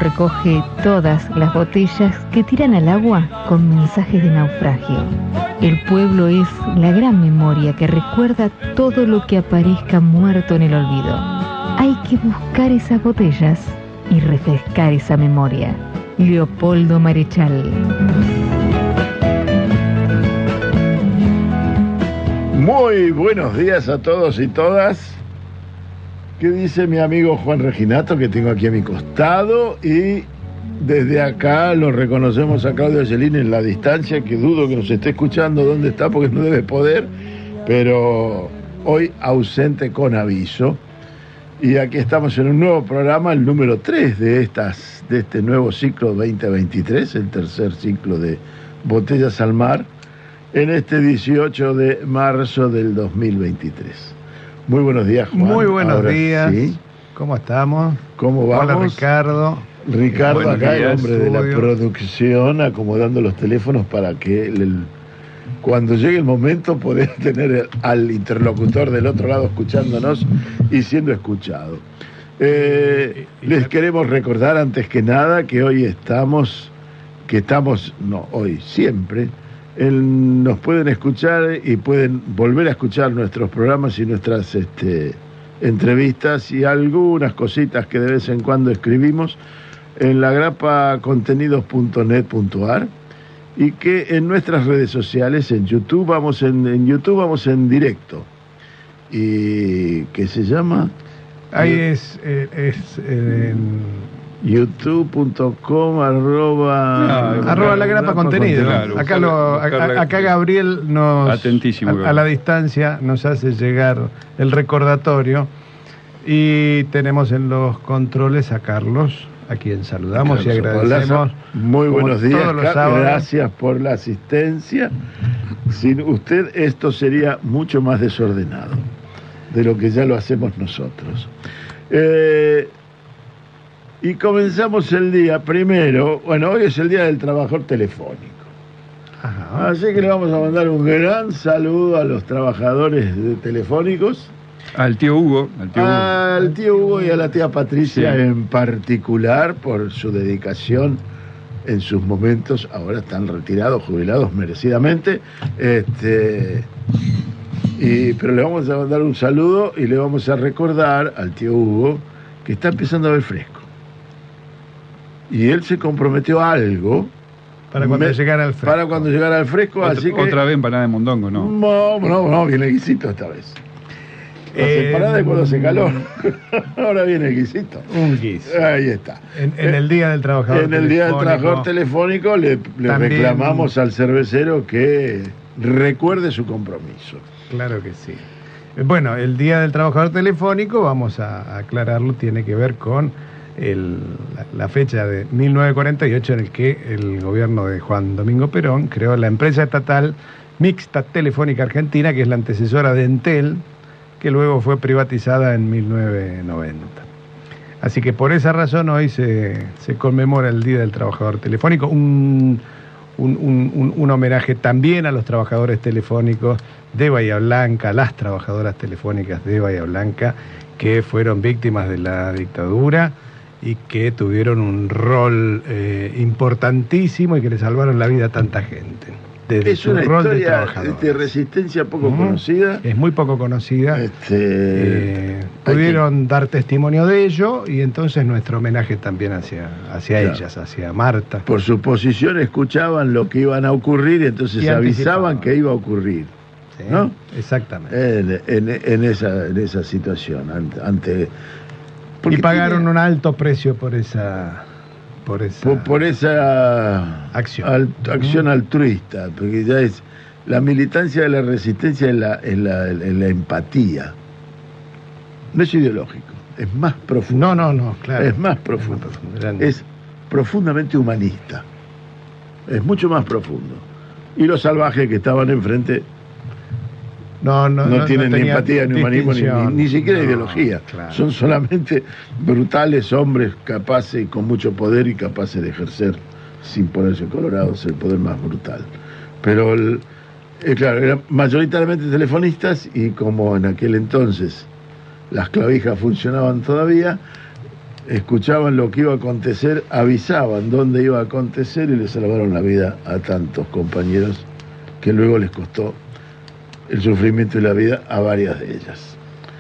recoge todas las botellas que tiran al agua con mensajes de naufragio. El pueblo es la gran memoria que recuerda todo lo que aparezca muerto en el olvido. Hay que buscar esas botellas y refrescar esa memoria. Leopoldo Marechal. Muy buenos días a todos y todas. ¿Qué dice mi amigo Juan Reginato, que tengo aquí a mi costado? Y desde acá lo reconocemos a Claudio Celín en la distancia, que dudo que nos esté escuchando dónde está, porque no debe poder, pero hoy ausente con aviso. Y aquí estamos en un nuevo programa, el número 3 de este nuevo ciclo 2023, el tercer ciclo de Botellas al Mar, en este 18 de marzo del 2023. Muy buenos días, Juan. Muy buenos días. Sí. ¿Cómo estamos? ¿Cómo vamos? Hola, Ricardo. Ricardo, acá, el hombre de la estudio. producción, acomodando los teléfonos para que cuando llegue el momento poder tener al interlocutor del otro lado escuchándonos y siendo escuchado. Les queremos recordar antes que nada que hoy siempre, nos pueden escuchar y pueden volver a escuchar nuestros programas y nuestras entrevistas y algunas cositas que de vez en cuando escribimos en la grapa contenidos.net.ar, y que en nuestras redes sociales, en YouTube vamos en directo, y que se llama Ahí es youtube.com arroba la grapa contenido. Claro, Acá Gabriel nos atentísimo, a la distancia nos hace llegar el recordatorio, y tenemos en los controles a Carlos, a quien saludamos y agradecemos. Muy buenos días, Carlos. gracias por la asistencia. Sin usted esto sería mucho más desordenado de lo que ya lo hacemos nosotros. Y comenzamos el día primero. Bueno, hoy es el Día del Trabajador Telefónico. Ajá. Así que le vamos a mandar un gran saludo a los trabajadores telefónicos. Al tío Hugo. Al tío Hugo y a la tía Patricia, sí, en particular, por su dedicación en sus momentos. Ahora están retirados, jubilados merecidamente. Pero le vamos a mandar un saludo y le vamos a recordar al tío Hugo que está empezando a ver fresco. Y él se comprometió a algo para cuando llegara al fresco. Para cuando llegara al fresco, así que... Otra vez empanada de mondongo, ¿no? No, viene el guisito esta vez. Las empanadas cuando hace calor. Ahora viene el guisito. Un guiso. Ahí está. En el Día del Trabajador Telefónico. En el Día del Trabajador Telefónico le reclamamos al cervecero que recuerde su compromiso. Claro que sí. Bueno, el Día del Trabajador Telefónico, vamos a aclararlo, tiene que ver con la fecha de 1948 en el que el gobierno de Juan Domingo Perón creó la empresa estatal Mixta Telefónica Argentina, que es la antecesora de Entel, que luego fue privatizada en 1990. Así que por esa razón hoy se conmemora el Día del Trabajador Telefónico, un homenaje también a los trabajadores telefónicos de Bahía Blanca, las trabajadoras telefónicas de Bahía Blanca, que fueron víctimas de la dictadura y que tuvieron un rol importantísimo y que le salvaron la vida a tanta gente. Es una historia de resistencia poco conocida. Es muy poco conocida. Pudieron dar testimonio de ello, y entonces nuestro homenaje también hacia claro, ellas, hacia Marta. Por su posición escuchaban lo que iban a ocurrir y entonces avisaban que iba a ocurrir. Sí, ¿no? Exactamente. En esa situación. Y pagaron un alto precio por esa acción altruista, porque ya es la militancia de la resistencia, es la empatía. No es ideológico, es más profundo. No, claro. Es más profundo. Es profundamente humanista. Es mucho más profundo. Y los salvajes que estaban enfrente no tienen ni empatía, ni humanismo, ni siquiera ideología. Claro. Son solamente brutales hombres capaces y con mucho poder y capaces de ejercer, sin ponerse colorados, el poder más brutal. Pero, claro, eran mayoritariamente telefonistas, y como en aquel entonces las clavijas funcionaban todavía, escuchaban lo que iba a acontecer, avisaban dónde iba a acontecer y le salvaron la vida a tantos compañeros que luego les costó el sufrimiento y la vida a varias de ellas.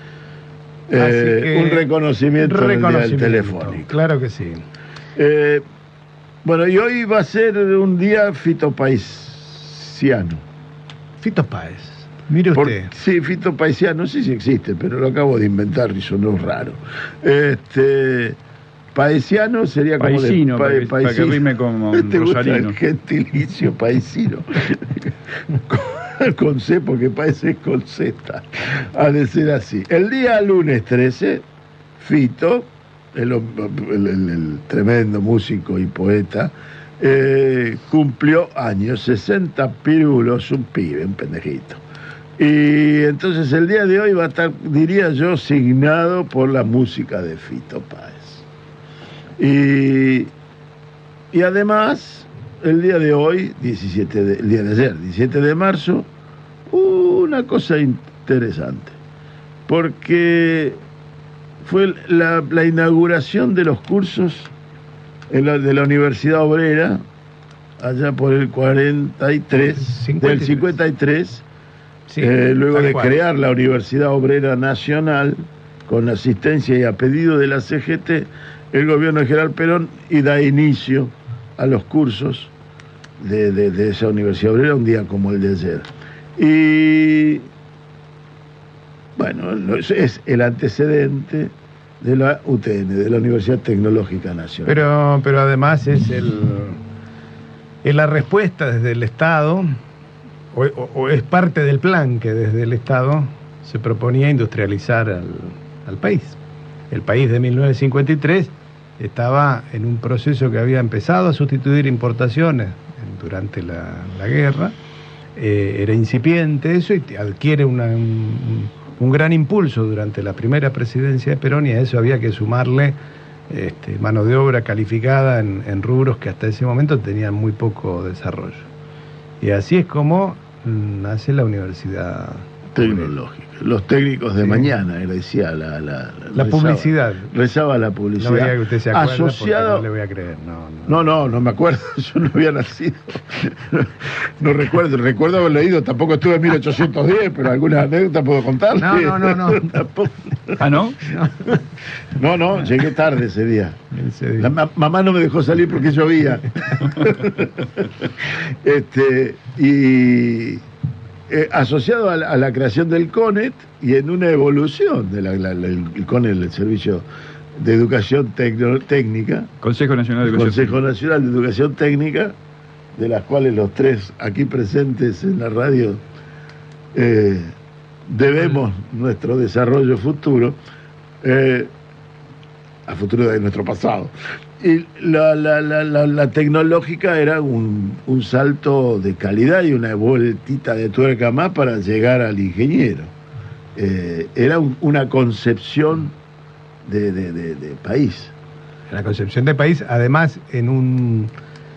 Un reconocimiento en el día del telefónico. Claro que sí. Bueno, y hoy va a ser un día fitopaisiano. Fito Páez. Mire usted. Sí, fitopaisiano, no sé si existe, pero lo acabo de inventar y sonó raro. Paisiano sería como paisino, de para que rime como ¿Te gusta rosarino? el gentilicio paisino? Con C, porque parece con Z. Ha de ser así. El día lunes 13, Fito, el tremendo músico y poeta, cumplió años, 60 pirulos, un pibe, un pendejito. Y entonces el día de hoy va a estar, diría yo, signado por la música de Fito Páez. Y además, el día de hoy, el día de ayer, 17 de marzo, una cosa interesante, porque fue la inauguración de los cursos de la Universidad Obrera, allá por el 43, del 53, Sí, luego de cual. crear la Universidad Obrera Nacional, con asistencia y a pedido de la CGT, el gobierno de General Perón, y da inicio a los cursos de esa Universidad Obrera un día como el de ayer. Y bueno, es el antecedente de la UTN, de la Universidad Tecnológica Nacional. Pero además es la respuesta desde el Estado, o es parte del plan que desde el Estado se proponía industrializar al país. El país de 1953 estaba en un proceso que había empezado a sustituir importaciones durante la guerra. Era incipiente eso y adquiere un gran impulso durante la primera presidencia de Perón, y a eso había que sumarle mano de obra calificada en rubros que hasta ese momento tenían muy poco desarrollo. Y así es como nace la Universidad Tecnológica. Los técnicos de mañana, decía la rezaba, publicidad. Rezaba la publicidad. No diga que usted se acuerda, asociado. porque no le voy a creer. No me acuerdo, yo no había nacido. No recuerdo haber leído, tampoco estuve en 1810, pero alguna anécdota puedo contarle. No. Tampoco. ¿Ah, no? No, llegué tarde ese día. Ese día. La mamá no me dejó salir porque llovía. Asociado a la creación del CONET y en una evolución el CONET, el Servicio de Educación Técnica, Consejo Nacional de Educación. Consejo Nacional de Educación Técnica, de las cuales los tres aquí presentes en la radio debemos nuestro desarrollo futuro, a futuro de nuestro pasado. Y la tecnológica era un salto de calidad y una vueltita de tuerca más para llegar al ingeniero. Era una concepción de país. La concepción de país, además en un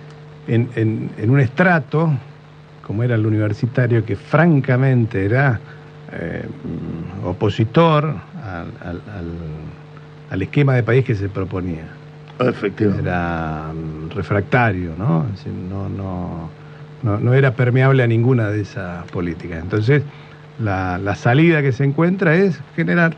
estrato, como era el universitario, que francamente era opositor al esquema de país que se proponía. Efectivamente. Era refractario, ¿no? Es decir, no era permeable a ninguna de esas políticas. Entonces, la salida que se encuentra es generar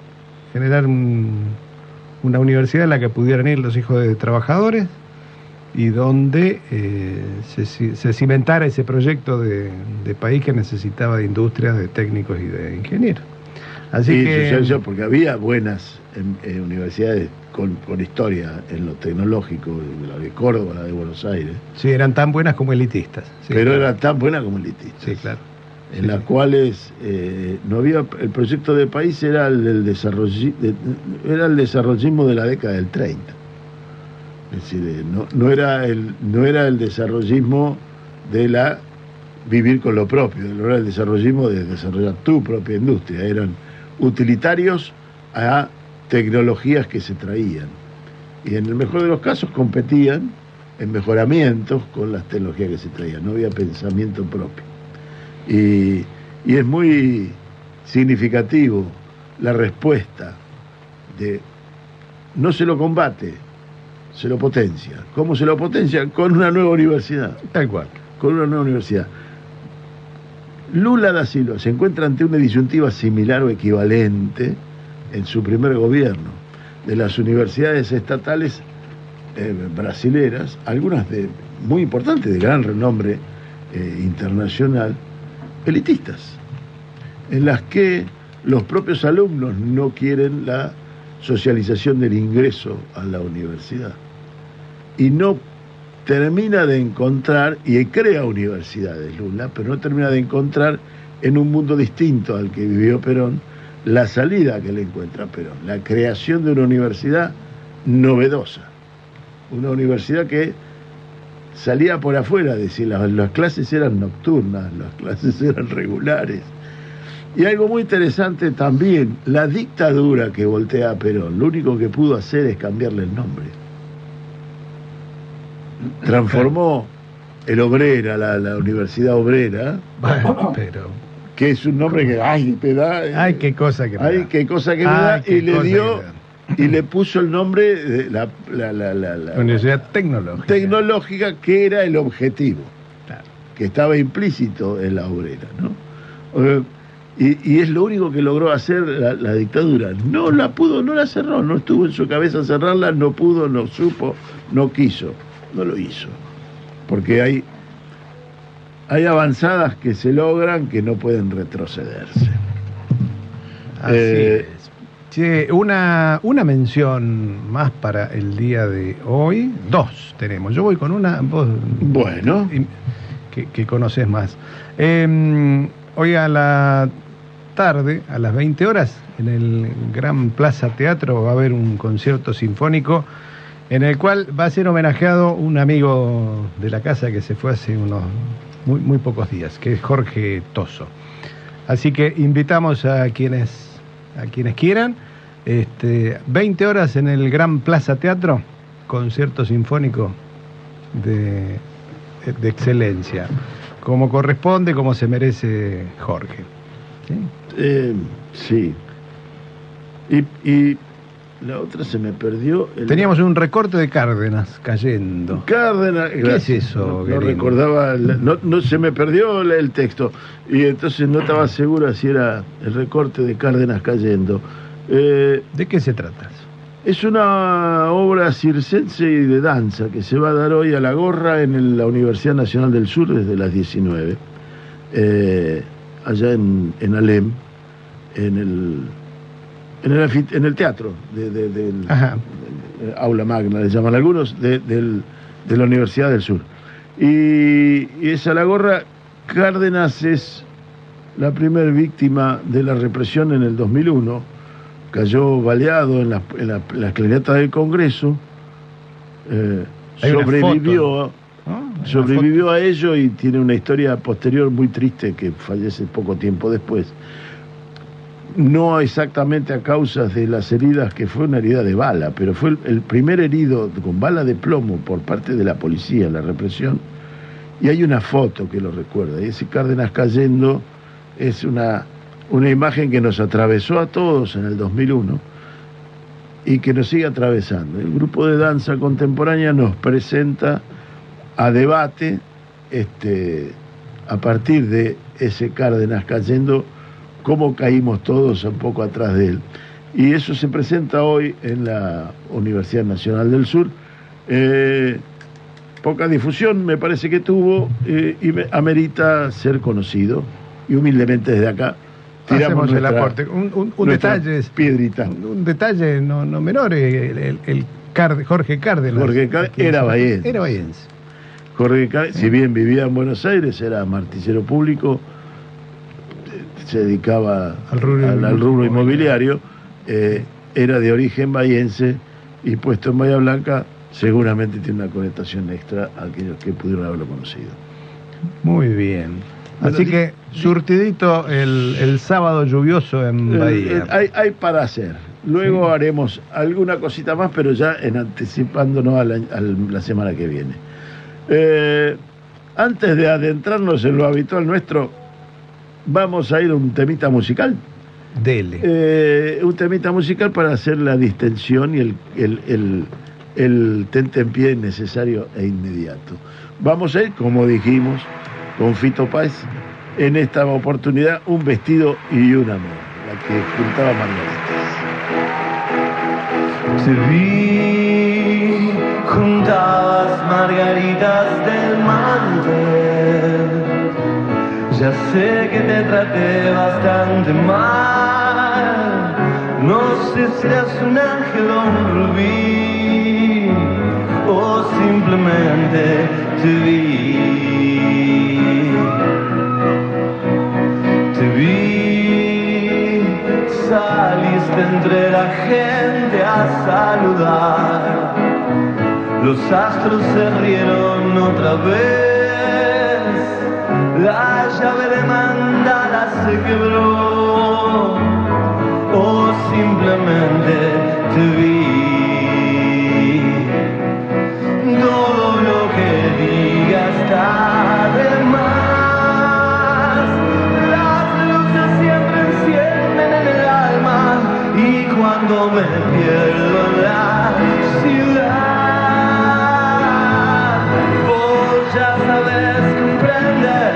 una universidad en la que pudieran ir los hijos de trabajadores y donde se cimentara ese proyecto de país que necesitaba de industrias, de técnicos y de ingenieros. Así sí, que... porque había buenas universidades con historia en lo tecnológico, la de Córdoba, la de Buenos Aires. Sí, eran tan buenas como elitistas. Sí, pero claro. eran tan buenas como elitistas. Sí, claro. En las cuales no había, el proyecto de país era el desarrollismo de la década del 30. Es decir, no era el desarrollismo de vivir con lo propio, no era el desarrollismo de desarrollar tu propia industria, eran utilitarios a tecnologías que se traían. Y en el mejor de los casos competían en mejoramientos con las tecnologías que se traían, no había pensamiento propio. Y es muy significativo la respuesta de no se lo combate, se lo potencia. ¿Cómo se lo potencia? Con una nueva universidad. Tal cual. Con una nueva universidad. Lula da Silva se encuentra ante una disyuntiva similar o equivalente en su primer gobierno de las universidades estatales brasileras, algunas muy importantes, de gran renombre internacional, elitistas, en las que los propios alumnos no quieren la socialización del ingreso a la universidad y no termina de encontrar, y crea universidades Lula, pero no termina de encontrar en un mundo distinto al que vivió Perón la salida que le encuentra Perón, la creación de una universidad novedosa, una universidad que salía por afuera, es decir, las clases eran nocturnas, las clases eran regulares. Y algo muy interesante también, la dictadura que voltea a Perón, lo único que pudo hacer es cambiarle el nombre. Transformó el Obrera, la Universidad Obrera, Bueno, pero... que es un nombre que, ay, te da... Ay, qué cosa que me ay, da. qué cosa que me Ay, da, qué y le cosa dio, que me da. y le puso el nombre de la Universidad Tecnológica. tecnológica, que era el objetivo, Claro. que estaba implícito en la Obrera, ¿no? Y es lo único que logró hacer la dictadura. No la cerró, no estuvo en su cabeza cerrarla, no pudo, no supo, no quiso, no lo hizo. Porque hay avanzadas que se logran que no pueden retrocederse. Así es. Che, una mención más para el día de hoy. Dos tenemos. Yo voy con una, vos Bueno, que conoces más. Hoy a la tarde, a las 20 horas, en el Gran Plaza Teatro va a haber un concierto sinfónico en el cual va a ser homenajeado un amigo de la casa que se fue hace unos muy pocos días, que es Jorge Tosso. Así que invitamos a quienes quieran, 20 horas en el Gran Plaza Teatro, concierto sinfónico de excelencia, como corresponde, como se merece Jorge. ¿Sí? sí. Y la otra se me perdió. Teníamos un recorte de Cárdenas cayendo. Cárdenas. ¿Qué es eso, No Guerini? recordaba, no se me perdió el texto. Y entonces no estaba seguro si era el recorte de Cárdenas cayendo. ¿De qué se trata? Es una obra circense y de danza que se va a dar hoy a la gorra en la Universidad Nacional del Sur desde las 19. Allá en Alem, en el teatro del aula magna, le llaman algunos, de la Universidad del Sur. Y esa la gorra. Cárdenas es la primer víctima de la represión en el 2001. Cayó baleado en la escalinata del Congreso. Hay una Sobrevivió. foto, ¿no? Sobrevivió a ello y tiene una historia posterior muy triste, que fallece poco tiempo después. No exactamente a causa de las heridas, que fue una herida de bala, pero fue el primer herido con bala de plomo por parte de la policía, la represión. Y hay una foto que lo recuerda. Y ese Cárdenas cayendo es una imagen que nos atravesó a todos en el 2001 y que nos sigue atravesando. El grupo de danza contemporánea nos presenta a debate, a partir de ese Cárdenas cayendo, cómo caímos todos un poco atrás de él. Y eso se presenta hoy en la Universidad Nacional del Sur. Poca difusión me parece que tuvo, y amerita ser conocido. Y humildemente desde acá tiramos Hacemos el nuestra, aporte. Un nuestra detalle, piedrita. un detalle no menor, Jorge Cárdenas. Jorge Cárdenas era bahiense. Era bahiense. Jorge Cárdenas, si bien vivía en Buenos Aires, era martillero público, se dedicaba Al rubro inmobiliario, era de origen bahiense y puesto en Bahía Blanca, seguramente tiene una connotación extra a aquellos que pudieron haberlo conocido. Muy bien. Bueno, Así que surtidito el sábado lluvioso en Bahía. Hay para hacer. Luego haremos alguna cosita más, pero ya anticipándonos a la semana que viene. Antes de adentrarnos en lo habitual nuestro, vamos a ir a un temita musical Dele. Un temita musical para hacer la distensión y el tentempié necesario e inmediato. Vamos a ir, como dijimos, con Fito Páez, en esta oportunidad, Un vestido y un amor, la que juntaba margaritas. Te vi, juntabas margaritas del mantel. Ya sé que te traté bastante mal. No sé si eres un ángel o un rubí, o simplemente te vi. Te vi, saliste entre la gente a saludar. Los astros se rieron otra vez. La llave de mandala se quebró, o simplemente te vi. Todo lo que diga está de más. Las luces siempre encienden en el alma, y cuando me pierdo en la ciudad, vos ya sabes comprender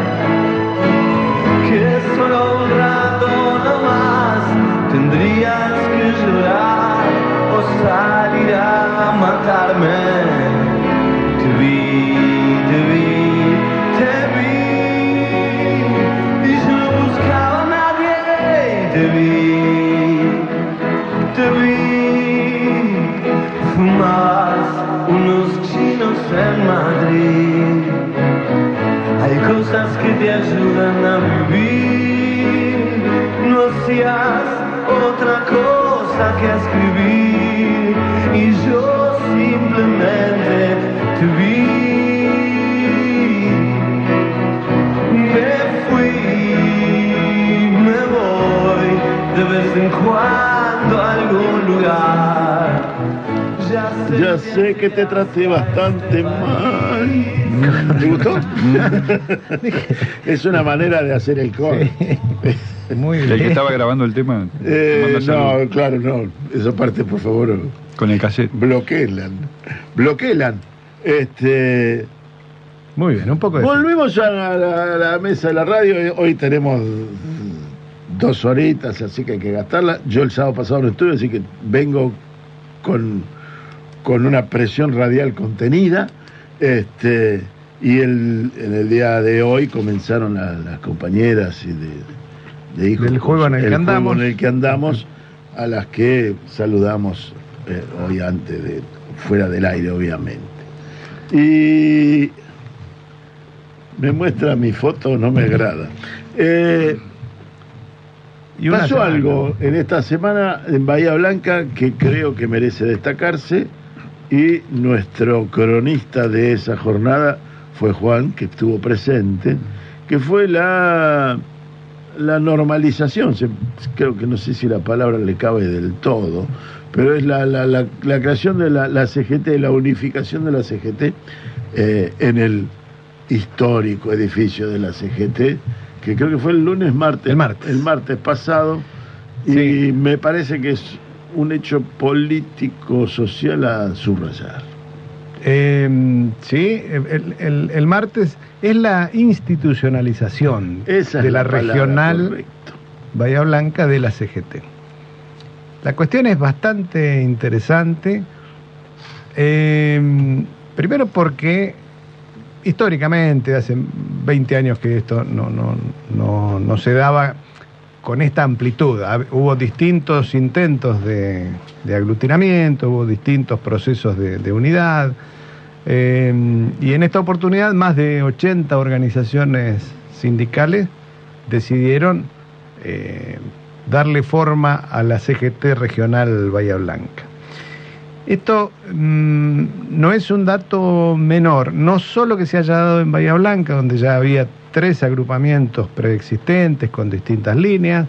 que solo un rato nomás tendrías que llorar o salir a matarme. Te vi, y yo no buscaba a nadie. Te vi, fumabas unos chinos en Madrid. Hay cosas que te ayudan a vivir. No hacías otra cosa que escribir, y yo simplemente te vi. Me fui, me voy de vez en cuando a algún lugar. Ya sé que te traté bastante mal. ¿Te gustó? Es una manera de hacer el coro. Sí. Muy El bien. que estaba grabando el tema. manda No, saludos. claro, no. Esa parte, por favor, Con el cassette. bloqueelan. Muy bien, un poco de... Volvimos a la mesa de la radio. Hoy tenemos 2 horitas, así que hay que gastarla. Yo el sábado pasado no estuve, así que vengo con una presión radial contenida. Y en el día de hoy comenzaron las compañeras y de hijos. Del juego en el que andamos. Juego en el que andamos, a las que saludamos hoy antes de fuera del aire, obviamente. Y me muestra mi foto, no me agrada. Y una Pasó semana. algo en esta semana en Bahía Blanca que creo que merece destacarse, y nuestro cronista de esa jornada fue Juan, que estuvo presente, que fue la normalización, creo que no sé si la palabra le cabe del todo, pero es la creación de la CGT, la unificación de la CGT en el histórico edificio de la CGT, que creo que fue el martes pasado, y Sí. me parece que es un hecho político social a subrayar. Sí, el martes es la institucionalización Esa es de la palabra, regional correcto. Bahía Blanca de la CGT. La cuestión es bastante interesante, primero porque históricamente hace 20 años que esto no se daba con esta amplitud. Hubo distintos intentos de aglutinamiento, hubo distintos procesos de unidad, y en esta oportunidad más de 80 organizaciones sindicales decidieron darle forma a la CGT regional Bahía Blanca. Esto no es un dato menor, no solo que se haya dado en Bahía Blanca, donde ya había 3 agrupamientos preexistentes con distintas líneas,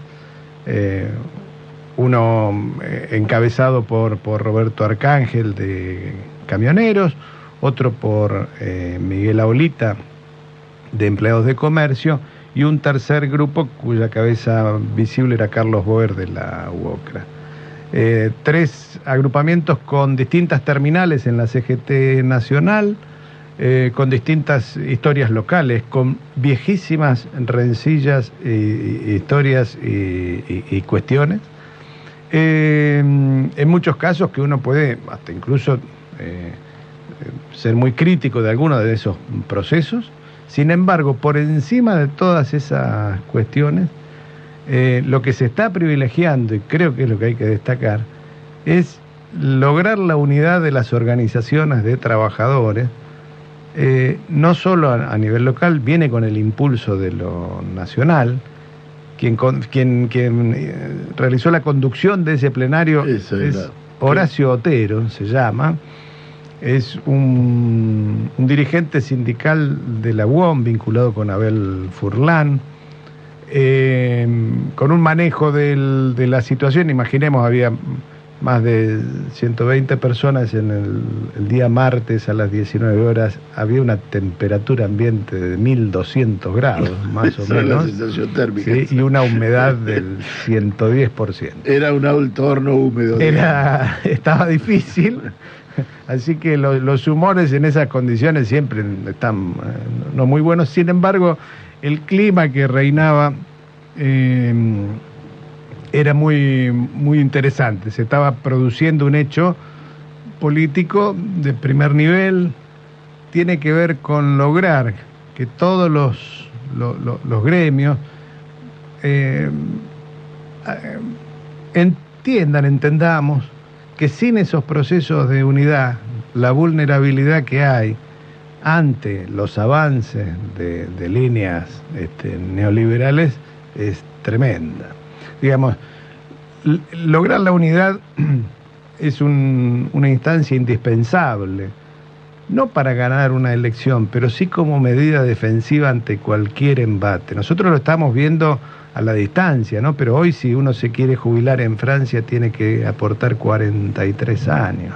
uno encabezado por Roberto Arcángel de Camioneros, otro por Miguel Aolita de Empleados de Comercio, y un tercer grupo cuya cabeza visible era Carlos Boer de la UOCRA. 3 agrupamientos con distintas terminales en la CGT nacional, con distintas historias locales, con viejísimas rencillas, historias y cuestiones. En muchos casos que uno puede hasta incluso ser muy crítico de algunos de esos procesos. Sin embargo, por encima de todas esas cuestiones, lo que se está privilegiando, y creo que es lo que hay que destacar, es lograr la unidad de las organizaciones de trabajadores, no solo a nivel local, viene con el impulso de lo nacional. Quien realizó la conducción de ese plenario es Horacio Otero, se llama. Es un dirigente sindical de la UOM vinculado con Abel Furlan, con un manejo de la situación. Imaginemos, había más de 120 personas en el día martes a las 19 horas. Había una temperatura ambiente de 1200 grados, más o menos. La sensación térmica. Sí, y una humedad del 110%. Era un alto horno húmedo. Estaba difícil. Así que los humores en esas condiciones siempre están no muy buenos. Sin embargo, el clima que reinaba era muy, muy interesante. Se estaba produciendo un hecho político de primer nivel. Tiene que ver con lograr que todos los gremios entendamos que sin esos procesos de unidad, la vulnerabilidad que hay ante los avances de líneas neoliberales es tremenda. Digamos, lograr la unidad es una instancia indispensable, no para ganar una elección, pero sí como medida defensiva ante cualquier embate. Nosotros lo estamos viendo a la distancia, ¿no? Pero hoy, si uno se quiere jubilar en Francia, tiene que aportar 43 años.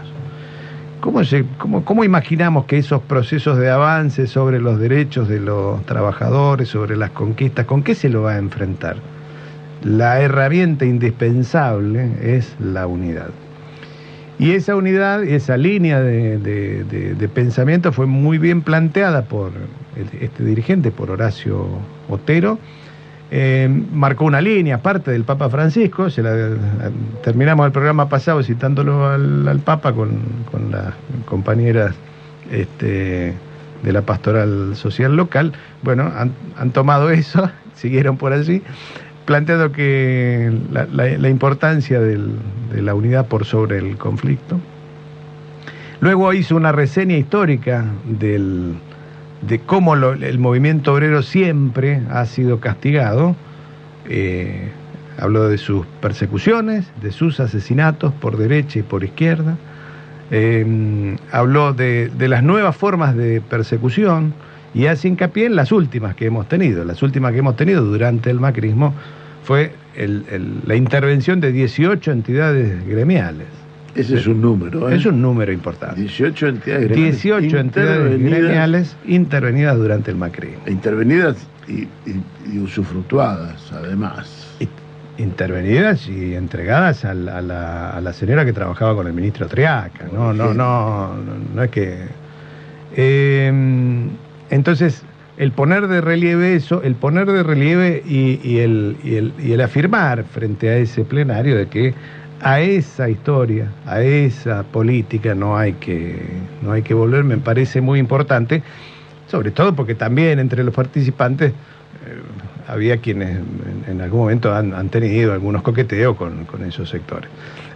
¿Cómo imaginamos que esos procesos de avance sobre los derechos de los trabajadores, sobre las conquistas, con qué se lo va a enfrentar? La herramienta indispensable es la unidad. Y esa unidad, esa línea de pensamiento fue muy bien planteada por este dirigente, por Horacio Otero. Marcó una línea, aparte del Papa Francisco. Terminamos el programa pasado citándolo al Papa con las compañeras de la pastoral social local. Bueno, han tomado eso, siguieron por allí, planteando que la importancia de la unidad por sobre el conflicto. Luego hizo una reseña histórica de cómo el movimiento obrero siempre ha sido castigado. Habló de sus persecuciones, de sus asesinatos por derecha y por izquierda. Habló de las nuevas formas de persecución y hace hincapié en las últimas que hemos tenido. Las últimas que hemos tenido durante el macrismo fue la intervención de 18 entidades gremiales. Ese es un número, Es un número importante. 18 entidades gremiales. 18 entidades gremiales intervenidas durante el macrismo. Intervenidas y usufructuadas, además. Intervenidas y entregadas a la señora que trabajaba con el ministro Triaca. No es que... entonces, el poner de relieve eso, y el afirmar frente a ese plenario de que a esa historia, a esa política no hay que volver, me parece muy importante, sobre todo porque también entre los participantes había quienes en algún momento han tenido algunos coqueteos con esos sectores.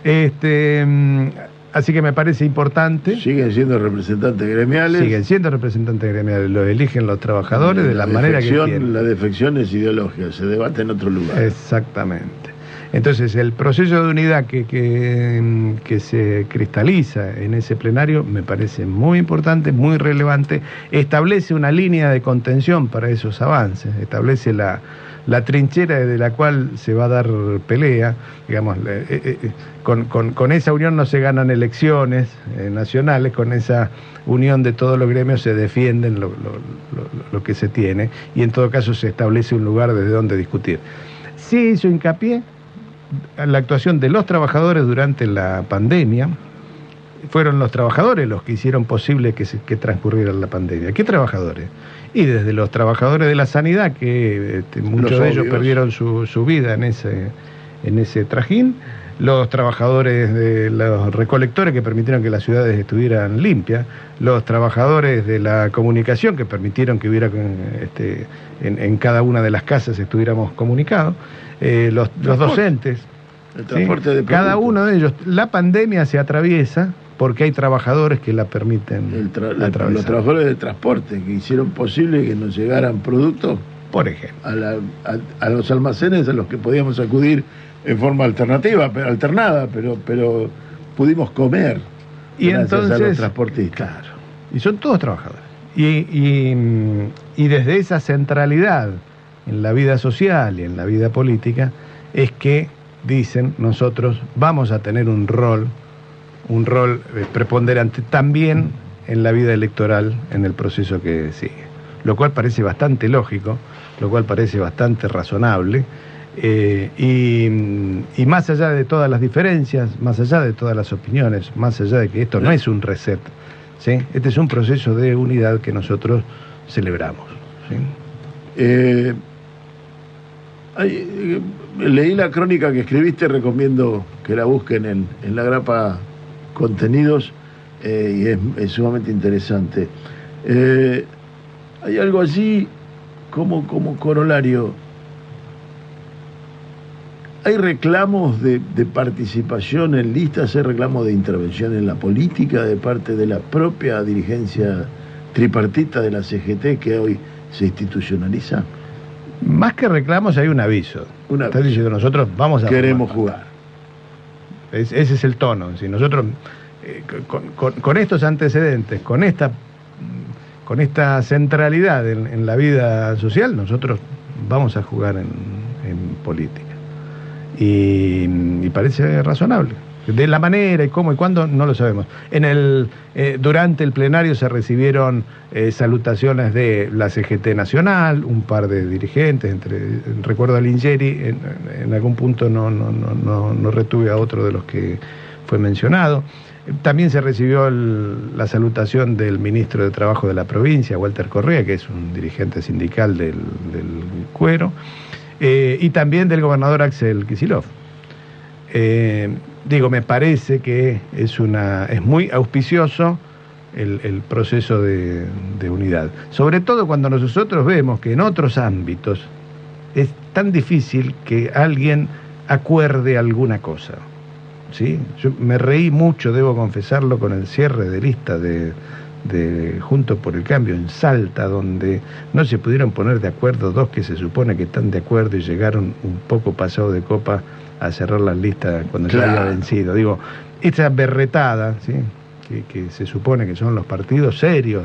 Así que me parece importante. Siguen siendo representantes gremiales. Lo eligen los trabajadores de la manera que quieren. La defección es ideológica, se debate en otro lugar. Exactamente. Entonces, el proceso de unidad que se cristaliza en ese plenario me parece muy importante, muy relevante, establece una línea de contención para esos avances, establece la trinchera de la cual se va a dar pelea, digamos, con esa unión no se ganan elecciones nacionales, con esa unión de todos los gremios se defienden lo que se tiene, y en todo caso se establece un lugar desde donde discutir. Sí hizo hincapié la actuación de los trabajadores durante la pandemia. Fueron los trabajadores los que hicieron posible que transcurriera la pandemia. ¿Qué trabajadores? Y desde los trabajadores de la sanidad, que muchos de ellos perdieron su vida en ese trajín, los trabajadores de los recolectores que permitieron que las ciudades estuvieran limpias, los trabajadores de la comunicación que permitieron que hubiera en cada una de las casas estuviéramos comunicados, los docentes, el transporte de cada uno de ellos. La pandemia se atraviesa porque hay trabajadores que la permiten atravesar. Los trabajadores de transporte que hicieron posible que nos llegaran productos, por ejemplo, a los almacenes a los que podíamos acudir en forma alternada, pero pudimos comer. Y entonces, a los transportistas. Claro, y son todos trabajadores. Y desde esa centralidad en la vida social y en la vida política es que dicen, nosotros vamos a tener un rol preponderante también en la vida electoral, en el proceso que sigue. Lo cual parece bastante lógico, lo cual parece bastante razonable, y más allá de todas las diferencias, más allá de todas las opiniones, más allá de que esto no es un reset, ¿sí? Este es un proceso de unidad que nosotros celebramos, ¿sí? Leí la crónica que escribiste, recomiendo que la busquen en la grapa Contenidos, y es sumamente interesante. Hay algo allí como corolario. ¿Hay reclamos de participación en listas? ¿Hay reclamos de intervención en la política de parte de la propia dirigencia tripartita de la CGT que hoy se institucionaliza? Más que reclamos hay un aviso. Está diciendo, nosotros vamos a queremos jugar. Ese es el tono. Si nosotros, con estos antecedentes, con esta centralidad en la vida social, nosotros vamos a jugar en política. Y parece razonable. De la manera y cómo y cuándo no lo sabemos. Durante el plenario se recibieron salutaciones de la CGT Nacional, un par de dirigentes, recuerdo a Lingeri, en algún punto no retuve a otro de los que fue mencionado. También se recibió la salutación del ministro de Trabajo de la provincia, Walter Correa, que es un dirigente sindical del cuero, y también del gobernador Axel Kicillof. Me parece que es muy auspicioso el proceso de unidad. Sobre todo cuando nosotros vemos que en otros ámbitos es tan difícil que alguien acuerde alguna cosa. ¿Sí? Yo me reí mucho, debo confesarlo, con el cierre de lista de Juntos por el Cambio en Salta, donde no se pudieron poner de acuerdo dos que se supone que están de acuerdo y llegaron un poco pasado de copa a cerrar las listas cuando ya había vencido. Esa berretada, ¿sí? que se supone que son los partidos serios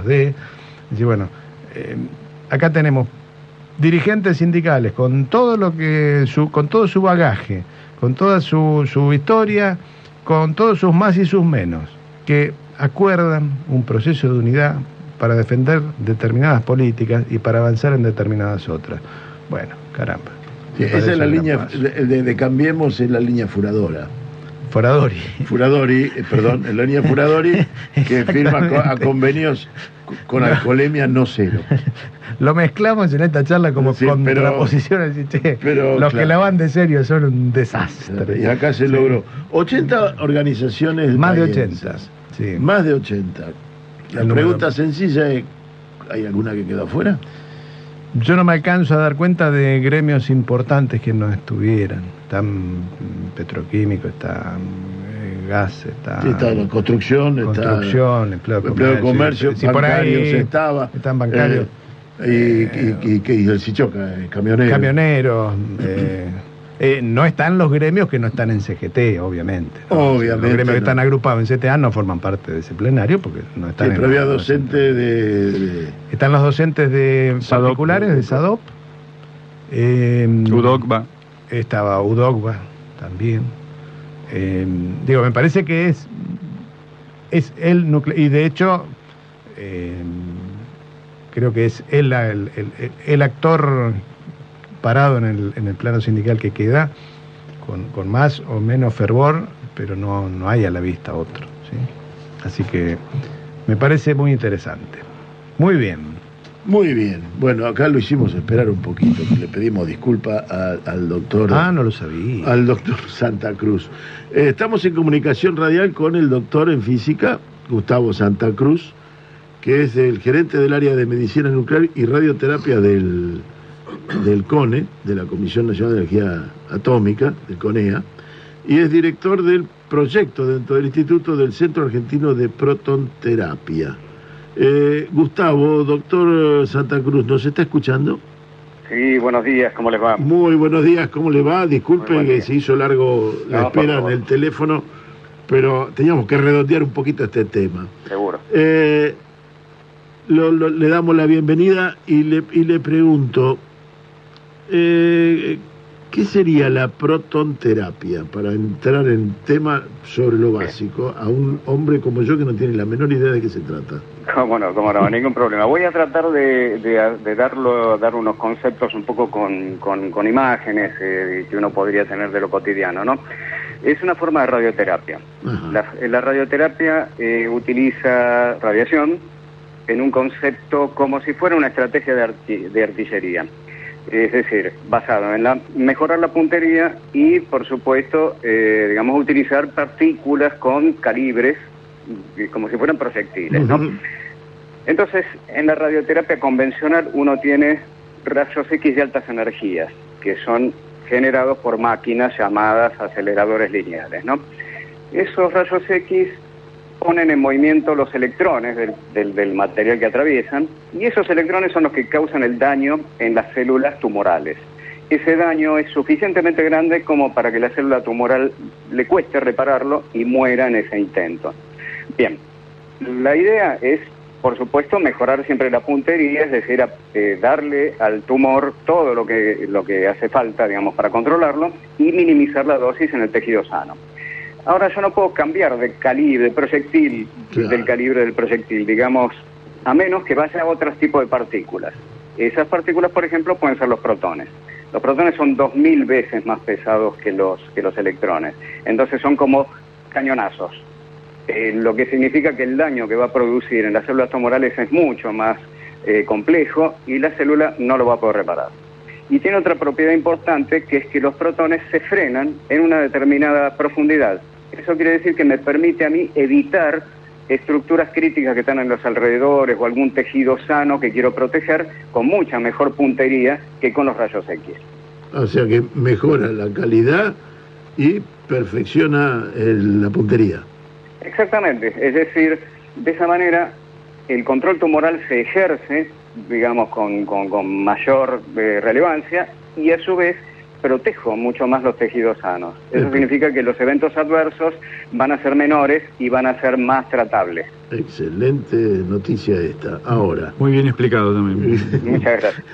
acá tenemos dirigentes sindicales con todo con todo su bagaje, con toda su historia, con todos sus más y sus menos, que acuerdan un proceso de unidad para defender determinadas políticas y para avanzar en determinadas otras. Bueno, caramba. Sí, esa es la línea de Cambiemos, es la línea Furadori, la línea Furadori, que firma a convenios con alcoholemia no cero. Lo mezclamos en esta charla como contraposiciones. Los que la van de serio son un desastre. Y acá se logró 80 organizaciones. Más de 80. Sí. Más de 80. La pregunta sencilla es, ¿hay alguna que quedó afuera? Yo no me alcanzo a dar cuenta de gremios importantes que no estuvieran. Están petroquímico, está gas, está la construcción, empleo de comercio, bancarios por ahí están bancarios. Y el Sichoca, camioneros. No están los gremios que no están en CGT, obviamente, ¿no? Obviamente. Los gremios que no. están agrupados en CTA no forman parte de ese plenario porque no están Sí, pero había docentes de... Están los docentes de SADOP. particulares de SADOP. UDOCBA. Estaba UDOCBA también. Me parece que es el núcleo, y de hecho creo que es el actor parado en el plano sindical que queda con más o menos fervor, pero no hay a la vista otro, ¿sí? Así que me parece muy interesante. Muy bien. Muy bien. Bueno, acá lo hicimos esperar un poquito. Le pedimos disculpas al doctor... No lo sabía. Al doctor Santa Cruz. Estamos en comunicación radial con el doctor en física, Gustavo Santa Cruz, que es el gerente del área de medicina nuclear y radioterapia del CONE, de la Comisión Nacional de Energía Atómica, del CONEA, y es director del proyecto dentro del Instituto del Centro Argentino de Protonterapia. Gustavo, doctor Santa Cruz, ¿nos está escuchando? Sí, buenos días, ¿cómo les va? Muy buenos días, ¿cómo le va? Disculpe que día. se hizo largo la No, espera por en favor. el teléfono, pero teníamos que redondear un poquito este tema. Seguro. Le damos la bienvenida y le pregunto, ¿qué sería la protonterapia? Para entrar en tema sobre lo básico, a un hombre como yo que no tiene la menor idea de qué se trata. Cómo no, ningún problema. Voy a tratar de dar unos conceptos un poco con imágenes que uno podría tener de lo cotidiano, ¿no? Es una forma de radioterapia. Ajá. La radioterapia utiliza radiación en un concepto como si fuera una estrategia de artillería. Es decir, basado en mejorar la puntería y, por supuesto, utilizar partículas con calibres, como si fueran proyectiles, ¿no? Ujú. Entonces, en la radioterapia convencional uno tiene rayos X de altas energías, que son generados por máquinas llamadas aceleradores lineales, ¿no? Esos rayos X ponen en movimiento los electrones del material que atraviesan, y esos electrones son los que causan el daño en las células tumorales. Ese daño es suficientemente grande como para que la célula tumoral le cueste repararlo y muera en ese intento. Bien, la idea es, por supuesto, mejorar siempre la puntería, es decir, darle al tumor todo lo que hace falta, digamos, para controlarlo y minimizar la dosis en el tejido sano. Ahora, yo no puedo cambiar de calibre, de proyectil, Claro. del calibre del proyectil, digamos, a menos que vaya a otros tipos de partículas. Esas partículas, por ejemplo, pueden ser los protones. Los protones son 2000 veces más pesados que los electrones. Entonces son como cañonazos. Lo que significa que el daño que va a producir en las células tumorales es mucho más complejo y la célula no lo va a poder reparar. Y tiene otra propiedad importante, que es que los protones se frenan en una determinada profundidad. Eso quiere decir que me permite a mí evitar estructuras críticas que están en los alrededores o algún tejido sano que quiero proteger con mucha mejor puntería que con los rayos X. O sea que mejora la calidad y perfecciona la puntería. Exactamente, es decir, de esa manera el control tumoral se ejerce, digamos, con mayor relevancia, y a su vez protejo mucho más los tejidos sanos. Eso significa que los eventos adversos van a ser menores y van a ser más tratables. Excelente noticia esta. Ahora, Muy bien explicado también. Muchas gracias.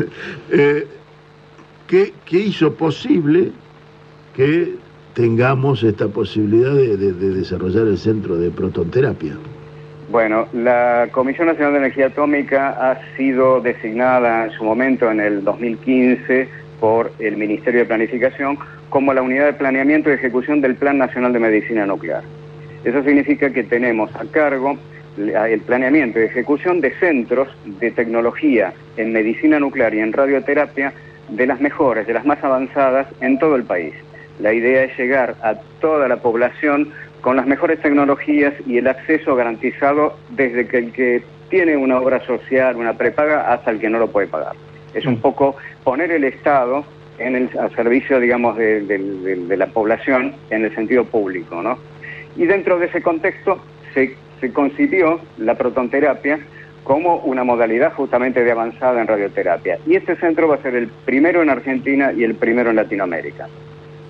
¿qué hizo posible que tengamos esta posibilidad de desarrollar el centro de protonterapia? Bueno, la Comisión Nacional de Energía Atómica ha sido designada en su momento, en el 2015, por el Ministerio de Planificación como la unidad de planeamiento y ejecución del Plan Nacional de Medicina Nuclear. Eso significa que tenemos a cargo el planeamiento y ejecución de centros de tecnología en medicina nuclear y en radioterapia de las mejores, de las más avanzadas en todo el país. La idea es llegar a toda la población con las mejores tecnologías y el acceso garantizado desde que el que tiene una obra social, una prepaga, hasta el que no lo puede pagar. Es un poco poner el Estado al servicio, digamos, de la población en el sentido público, ¿no? Y dentro de ese contexto se concibió la protonterapia como una modalidad justamente de avanzada en radioterapia. Y este centro va a ser el primero en Argentina y el primero en Latinoamérica.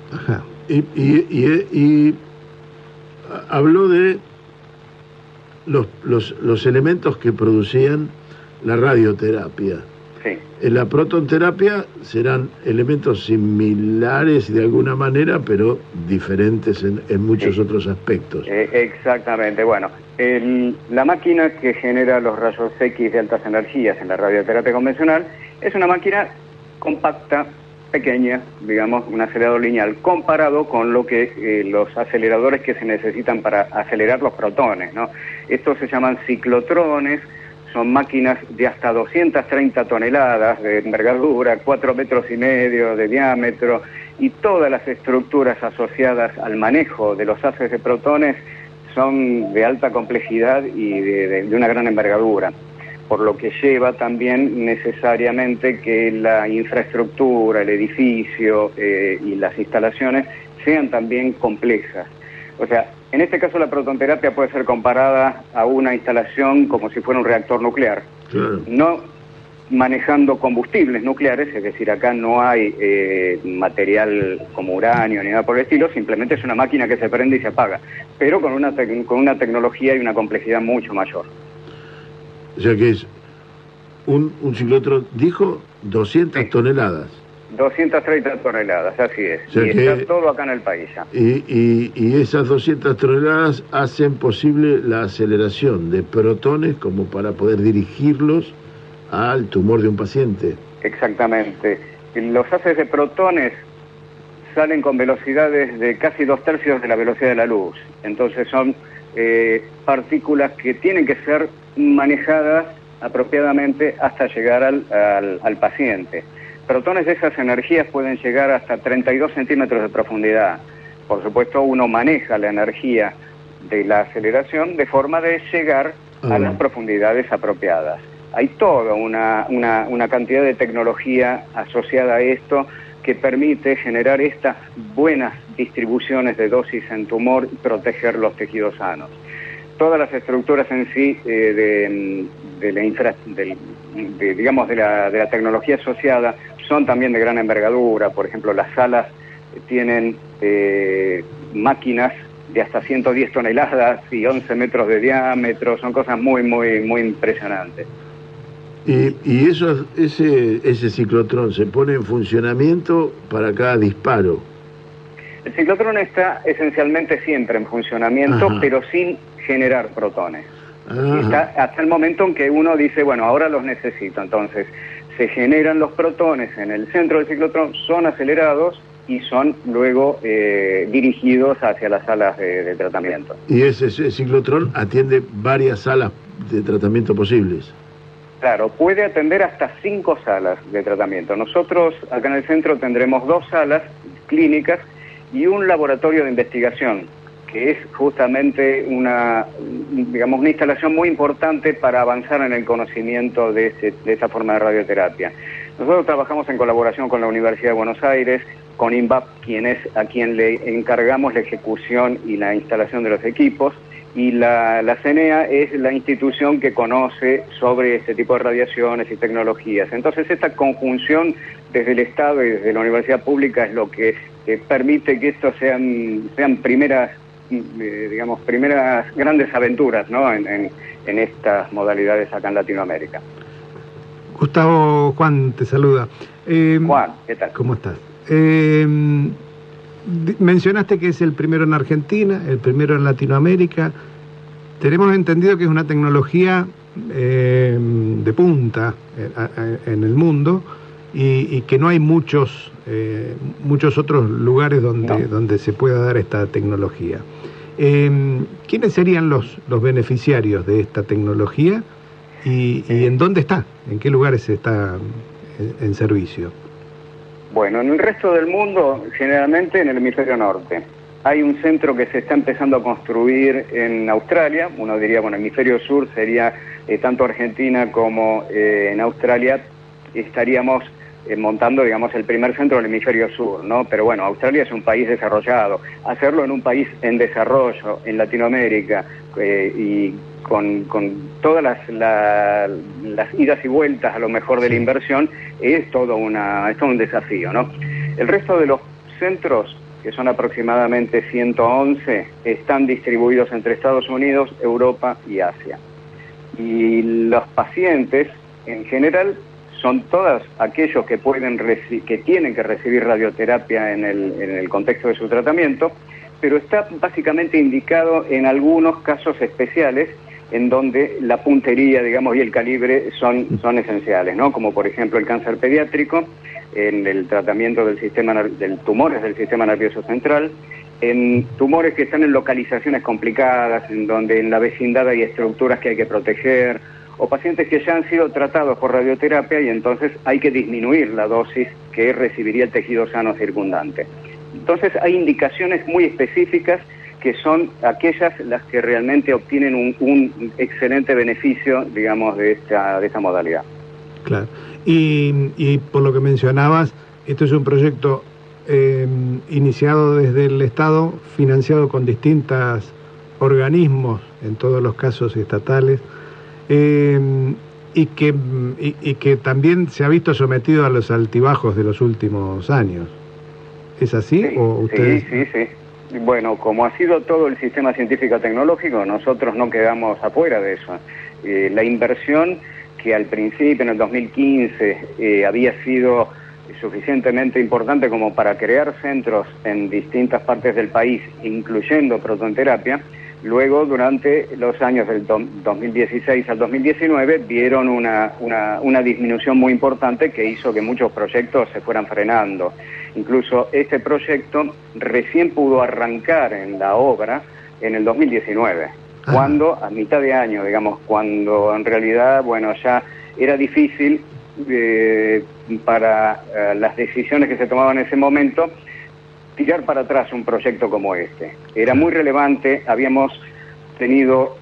Ajá. Y habló de los elementos que producían la radioterapia. Sí. En la protonterapia serán elementos similares de alguna manera, pero diferentes en muchos otros aspectos. Exactamente. Bueno, la máquina que genera los rayos X de altas energías en la radioterapia convencional es una máquina compacta, pequeña, digamos, un acelerador lineal, comparado con lo que los aceleradores que se necesitan para acelerar los protones, ¿no? Estos se llaman ciclotrones. Son máquinas de hasta 230 toneladas de envergadura, 4,5 metros de diámetro, y todas las estructuras asociadas al manejo de los haces de protones son de alta complejidad y de una gran envergadura, por lo que lleva también necesariamente que la infraestructura, el edificio y las instalaciones sean también complejas. O sea, en este caso la protonterapia puede ser comparada a una instalación como si fuera un reactor nuclear. Claro. No manejando combustibles nucleares, es decir, acá no hay material como uranio ni nada por el estilo, simplemente es una máquina que se prende y se apaga, pero con una tecnología y una complejidad mucho mayor. O sea que es un ciclotrón, dijo 200 Sí. toneladas. 230 toneladas, así es. O sea y que- está todo acá en el país ya. Y esas 200 toneladas hacen posible la aceleración de protones como para poder dirigirlos al tumor de un paciente. Exactamente. Los haces de protones salen con velocidades de casi 2/3 de la velocidad de la luz. Entonces son partículas que tienen que ser manejadas apropiadamente hasta llegar al paciente. Protones de esas energías pueden llegar hasta 32 centímetros de profundidad. Por supuesto, uno maneja la energía de la aceleración de forma de llegar a las profundidades apropiadas. Hay toda una cantidad de tecnología asociada a esto que permite generar estas buenas distribuciones de dosis en tumor y proteger los tejidos sanos. Todas las estructuras en sí de la tecnología asociada son también de gran envergadura. Por ejemplo, las salas tienen máquinas de hasta 110 toneladas y 11 metros de diámetro. Son cosas muy, muy, muy impresionantes. Y ese ciclotrón se pone en funcionamiento para cada disparo. El ciclotrón está esencialmente siempre en funcionamiento, Ajá. pero sin generar protones. Ajá. Está hasta el momento en que uno dice, bueno, ahora los necesito. Entonces, se generan los protones en el centro del ciclotrón, son acelerados y son luego dirigidos hacia las salas de tratamiento. Y ese ciclotrón atiende varias salas de tratamiento posibles. Claro, puede atender hasta 5 salas de tratamiento. Nosotros acá en el centro tendremos 2 salas clínicas y un laboratorio de investigación, que es justamente una instalación muy importante para avanzar en el conocimiento de esa forma de radioterapia. Nosotros trabajamos en colaboración con la Universidad de Buenos Aires, con INVAP, a quien le encargamos la ejecución y la instalación de los equipos, y la CENEA es la institución que conoce sobre este tipo de radiaciones y tecnologías. Entonces, esta conjunción desde el Estado y desde la universidad pública es lo que permite que estos sean primeras grandes aventuras, ¿no?, en estas modalidades acá en Latinoamérica. Gustavo, Juan te saluda. Juan, ¿qué tal? ¿Cómo estás? Mencionaste que es el primero en Argentina, el primero en Latinoamérica. Tenemos entendido que es una tecnología de punta en el mundo y que no hay muchos otros lugares donde se pueda dar esta tecnología. ¿Quiénes serían los beneficiarios de esta tecnología y en dónde está? ¿En qué lugares está en servicio? Bueno, en el resto del mundo, generalmente en el hemisferio norte. Hay un centro que se está empezando a construir en Australia. Uno diría, bueno, hemisferio sur sería tanto Argentina como en Australia. Estaríamos montando, digamos, el primer centro del hemisferio sur, ¿no? Pero bueno, Australia es un país desarrollado. Hacerlo en un país en desarrollo, en Latinoamérica, y con todas las idas y vueltas a lo mejor de la inversión, es todo un desafío, ¿no? El resto de los centros que son aproximadamente 111, están distribuidos entre Estados Unidos, Europa y Asia. Y los pacientes, en general, son todos aquellos que que tienen que recibir radioterapia en el contexto de su tratamiento, pero está básicamente indicado en algunos casos especiales en donde la puntería, digamos, y el calibre son esenciales, ¿no? Como por ejemplo el cáncer pediátrico, en el tratamiento del tumores del sistema nervioso central, en tumores que están en localizaciones complicadas, en donde en la vecindad hay estructuras que hay que proteger, o pacientes que ya han sido tratados por radioterapia y entonces hay que disminuir la dosis que recibiría el tejido sano circundante. Entonces hay indicaciones muy específicas que son aquellas las que realmente obtienen un excelente beneficio, digamos, de esta modalidad. Claro. Y por lo que mencionabas, esto es un proyecto iniciado desde el Estado, financiado con distintos organismos, en todos los casos estatales, y que también se ha visto sometido a los altibajos de los últimos años. ¿Es así? Sí, ¿O ustedes... sí. Bueno, como ha sido todo el sistema científico-tecnológico, nosotros no quedamos afuera de eso. La inversión que al principio, en el 2015, había sido suficientemente importante como para crear centros en distintas partes del país, incluyendo protonterapia, luego durante los años del 2016 al 2019 vieron una disminución muy importante que hizo que muchos proyectos se fueran frenando. Incluso este proyecto recién pudo arrancar en la obra en el 2019, cuando a mitad de año, digamos, cuando en realidad, bueno, ya era difícil para las decisiones que se tomaban en ese momento tirar para atrás un proyecto como este. Era muy relevante, habíamos tenido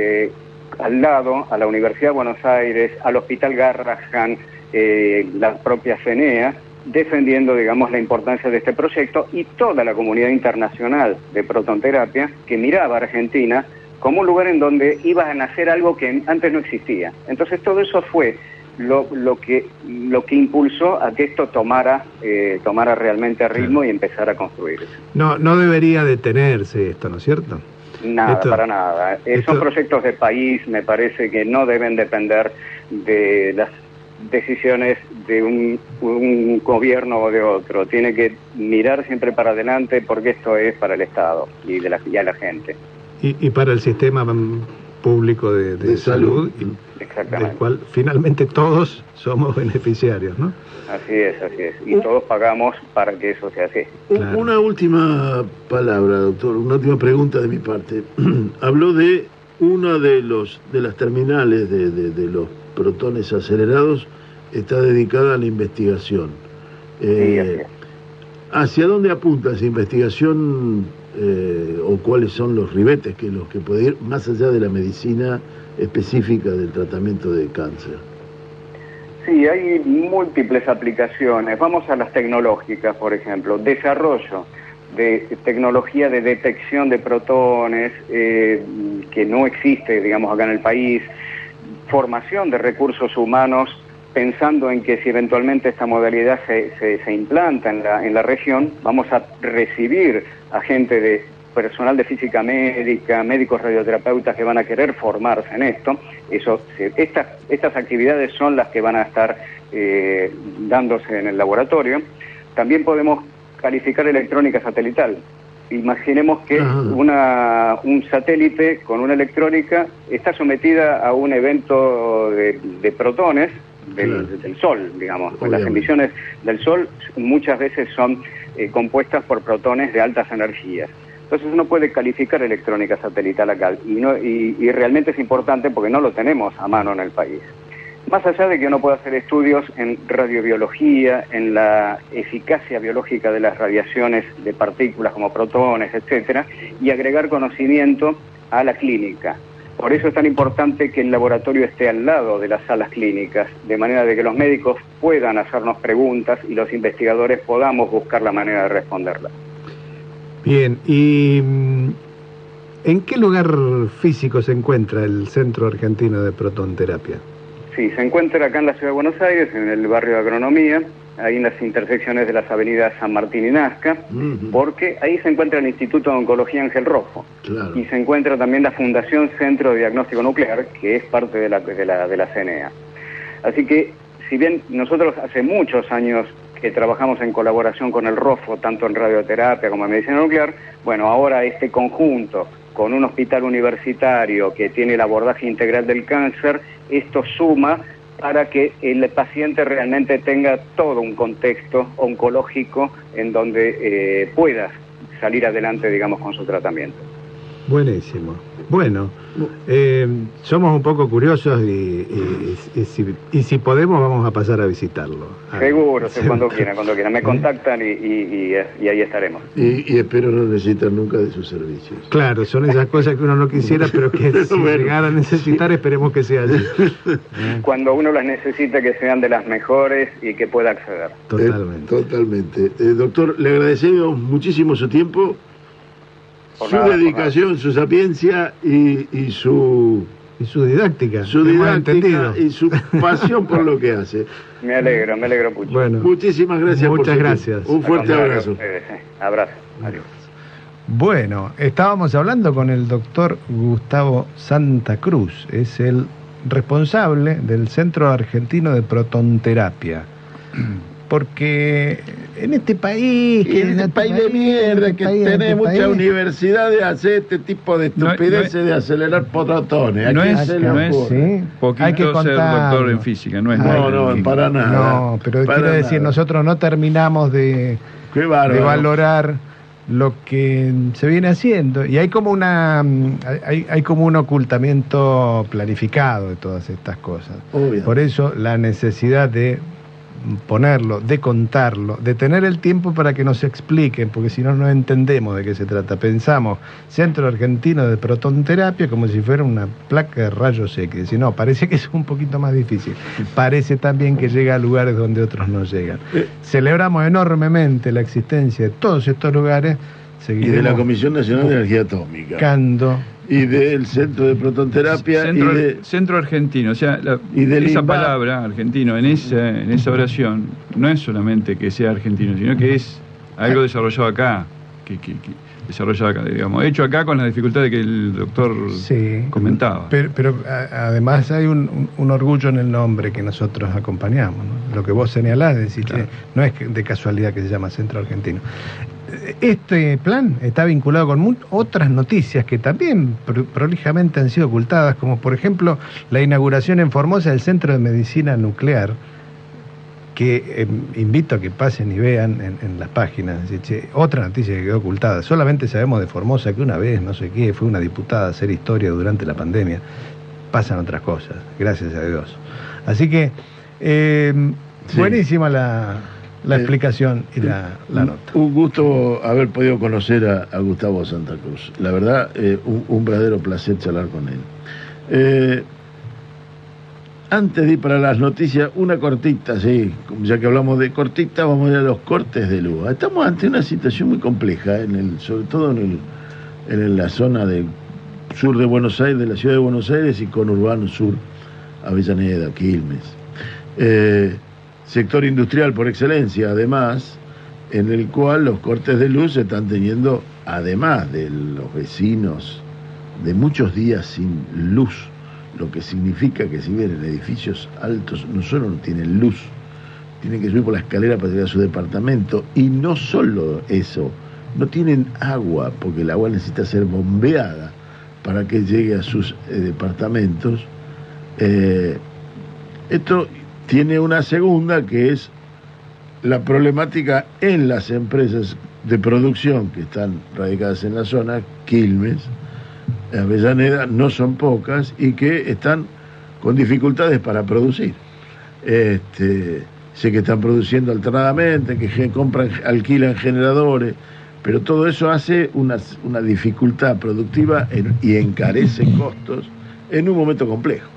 al lado a la Universidad de Buenos Aires, al Hospital Garrahan, la propia CENEA, defendiendo, digamos, la importancia de este proyecto, y toda la comunidad internacional de protonterapia que miraba a Argentina como un lugar en donde iba a nacer algo que antes no existía. Entonces todo eso fue lo que impulsó a que esto tomara realmente ritmo y empezara a construirse. No debería detenerse esto, ¿no es cierto? Nada, para nada. Son proyectos de país, me parece que no deben depender de las decisiones de un gobierno o de otro. Tiene que mirar siempre para adelante, porque esto es para el Estado y a la gente. Y para el sistema público de salud, del cual finalmente todos somos beneficiarios, ¿no? Así es. Y todos pagamos para que eso sea así. Claro. Una última palabra, doctor, una última pregunta de mi parte. Habló de una de las terminales de los protones acelerados, está dedicada a la investigación. Sí, así es. ¿Hacia dónde apunta esa investigación o cuáles son los ribetes los que puede ir más allá de la medicina específica del tratamiento de cáncer? Sí, hay múltiples aplicaciones. Vamos a las tecnológicas, por ejemplo. Desarrollo de tecnología de detección de protones que no existe, digamos, acá en el país. Formación de recursos humanos, pensando en que si eventualmente esta modalidad se implanta en la región, vamos a recibir a gente de personal de física médica, médicos radioterapeutas que van a querer formarse en esto. Estas actividades son las que van a estar dándose en el laboratorio. También podemos calificar electrónica satelital. Imaginemos que un satélite con una electrónica está sometida a un evento de protones del Sol, digamos. Las emisiones del Sol muchas veces son compuestas por protones de altas energías. Entonces uno puede calificar electrónica satelital acá y realmente es importante porque no lo tenemos a mano en el país. Más allá de que uno pueda hacer estudios en radiobiología, en la eficacia biológica de las radiaciones de partículas como protones, etcétera, y agregar conocimiento a la clínica. Por eso es tan importante que el laboratorio esté al lado de las salas clínicas, de manera de que los médicos puedan hacernos preguntas y los investigadores podamos buscar la manera de responderlas. Bien, ¿y en qué lugar físico se encuentra el Centro Argentino de Protonterapia? Sí, se encuentra acá en la Ciudad de Buenos Aires, en el barrio de Agronomía, ahí en las intersecciones de las avenidas San Martín y Nazca, porque ahí se encuentra el Instituto de Oncología Ángel Rojo. Claro. Y se encuentra también la Fundación Centro de Diagnóstico Nuclear, que es parte de la CNEA. Así que, si bien nosotros hace muchos años que trabajamos en colaboración con el ROFO, tanto en radioterapia como en medicina nuclear, bueno, ahora este conjunto con un hospital universitario que tiene el abordaje integral del cáncer, esto suma para que el paciente realmente tenga todo un contexto oncológico en donde pueda salir adelante, digamos, con su tratamiento. Buenísimo. Bueno, somos un poco curiosos y si podemos vamos a pasar a visitarlo. Seguro, cuando quieran. Me contactan y ahí estaremos. Y espero no necesitar nunca de sus servicios. Claro, son esas cosas que uno no quisiera, pero que si bueno, llegara a necesitar, esperemos que sea así. Cuando uno las necesita, que sean de las mejores y que pueda acceder. Totalmente. Totalmente. Doctor, le agradecemos muchísimo su tiempo, Por su nada, dedicación, su sapiencia y su didáctica. su hemos didáctica entendido. y su pasión por lo que hace. Me alegro mucho. Bueno, Muchísimas gracias. muchas por su gracias. tiempo. Un Al fuerte contrario, abrazo. ustedes, Abrazo. Adiós. Bueno, estábamos hablando con el doctor Gustavo Santa Cruz, es el responsable del Centro Argentino de Protonterapia. Porque en este país... Y en este país de mierda que tenés muchas universidades, hacer este tipo de estupideces de acelerar protones. No ¿A quién es, se le no es ocurre? poquito Hay que ser contarlo. doctor en física, no es No, nada. no, para nada. No, pero Para quiero decir, nada. nosotros no terminamos de Qué valorar lo que se viene haciendo, y hay como hay como un ocultamiento planificado de todas estas cosas. Obvio. Por eso la necesidad de ponerlo, de contarlo, de tener el tiempo para que nos expliquen, porque si no, no entendemos de qué se trata. Pensamos Centro Argentino de Protonterapia como si fuera una placa de rayos X. Y no, parece que es un poquito más difícil. Parece también que llega a lugares donde otros no llegan. Celebramos enormemente la existencia de todos estos lugares. Y de la Seguiremos Comisión Nacional de Energía Atómica. buscando. Y del Centro de Protonterapia. Centro argentino, o sea, y del esa INVAP. palabra argentino en esa oración no es solamente que sea argentino, sino que es algo desarrollado acá, que desarrollado acá, digamos, hecho acá con las dificultades que el doctor comentaba. Pero además hay un orgullo en el nombre que nosotros acompañamos, ¿no? Lo que vos señalás, decís, Claro. no es de casualidad que se llama Centro Argentino. Este plan está vinculado con otras noticias que también prolijamente han sido ocultadas, como por ejemplo la inauguración en Formosa del Centro de Medicina Nuclear, que invito a que pasen y vean en las páginas. Otra noticia que quedó ocultada. Solamente sabemos de Formosa que una vez, no sé qué, fue una diputada a hacer historia durante la pandemia. Pasan otras cosas, gracias a Dios. Así que, Sí. buenísima la explicación y la nota. Un gusto haber podido conocer a Gustavo Santa Cruz. La verdad, un verdadero placer charlar con él. Antes de ir para las noticias, una cortita, sí, ya que hablamos de cortita, vamos a ir a los cortes de luz. Estamos ante una situación muy compleja, sobre todo en la zona del sur de Buenos Aires, de la ciudad de Buenos Aires y conurbano sur, Avellaneda, Quilmes. Sector industrial por excelencia, además, en el cual los cortes de luz se están teniendo, además de los vecinos, de muchos días sin luz, lo que significa que si bien en edificios altos no solo no tienen luz, tienen que subir por la escalera para llegar a su departamento, y no solo eso, no tienen agua, porque el agua necesita ser bombeada para que llegue a sus departamentos. Esto tiene una segunda, que es la problemática en las empresas de producción que están radicadas en la zona, Quilmes, Avellaneda, no son pocas, y que están con dificultades para producir. Sé que están produciendo alternadamente, que alquilan generadores, pero todo eso hace una dificultad productiva y encarece costos en un momento complejo.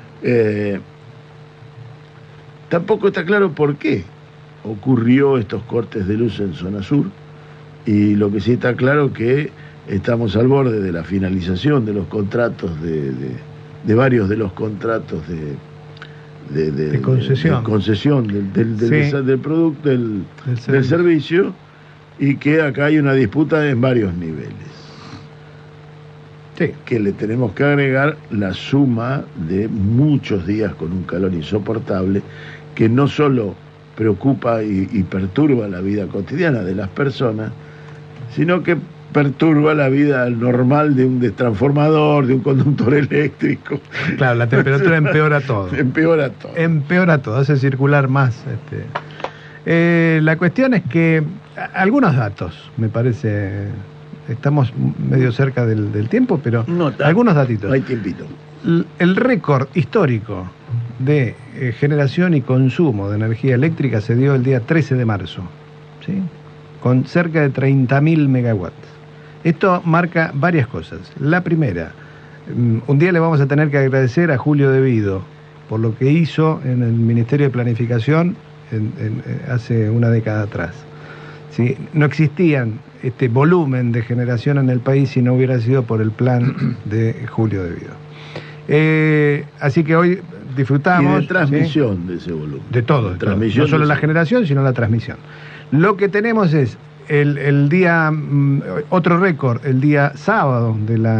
Tampoco está claro por qué ocurrió estos cortes de luz en zona sur, y lo que sí está claro que estamos al borde de la finalización de los contratos de varios de los contratos de concesión, del producto, del servicio, y que acá hay una disputa en varios niveles. Sí. Que le tenemos que agregar la suma de muchos días con un calor insoportable que no solo preocupa y perturba la vida cotidiana de las personas, sino que perturba la vida normal de un transformador, de un conductor eléctrico. Claro, la temperatura empeora todo. Empeora todo, hace circular más. La cuestión es que algunos datos, me parece, estamos medio cerca del tiempo, pero algunos datitos. Hay tiempito. El récord histórico de generación y consumo de energía eléctrica se dio el día 13 de marzo, ¿sí? Con cerca de 30.000 megawatts. Esto marca varias cosas. La primera, un día le vamos a tener que agradecer a Julio De Vido por lo que hizo en el Ministerio de Planificación hace una década atrás. ¿Sí? No existían este volumen de generación en el país si no hubiera sido por el plan de Julio De Vido. Así que hoy disfrutamos. Y de transmisión, ¿sí? De ese volumen. De todo. No solo la generación, sino la transmisión. Lo que tenemos es el día, otro récord, el día sábado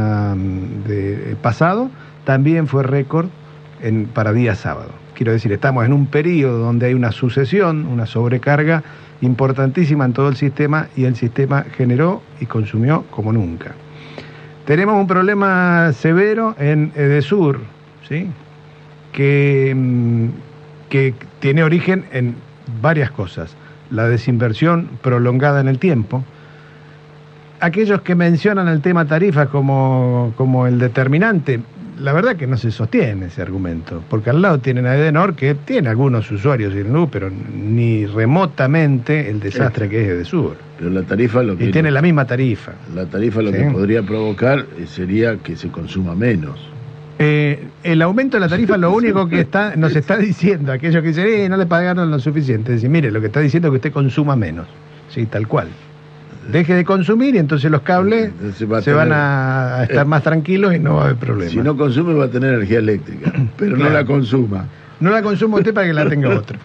pasado, también fue récord para día sábado. Quiero decir, estamos en un periodo donde hay una sucesión, una sobrecarga importantísima en todo el sistema, y el sistema generó y consumió como nunca. Tenemos un problema severo en Edesur, ¿sí? que tiene origen en varias cosas. La desinversión prolongada en el tiempo. Aquellos que mencionan el tema tarifas como el determinante, la verdad que no se sostiene ese argumento, porque al lado tienen a Edenor, que tiene algunos usuarios sin luz, pero ni remotamente el desastre que es Edesur. Pero la tarifa y tiene la misma tarifa. La tarifa lo que podría provocar sería que se consuma menos. El aumento de la tarifa lo único que nos está diciendo aquellos que dicen no le pagaron lo suficiente, es decir, mire, lo que está diciendo es que usted consuma menos, sí, tal cual. Deje de consumir y entonces los cables se van a estar más tranquilos y no va a haber problema. Si no consume va a tener energía eléctrica, pero claro, no la consuma. No la consuma usted para que la tenga otro.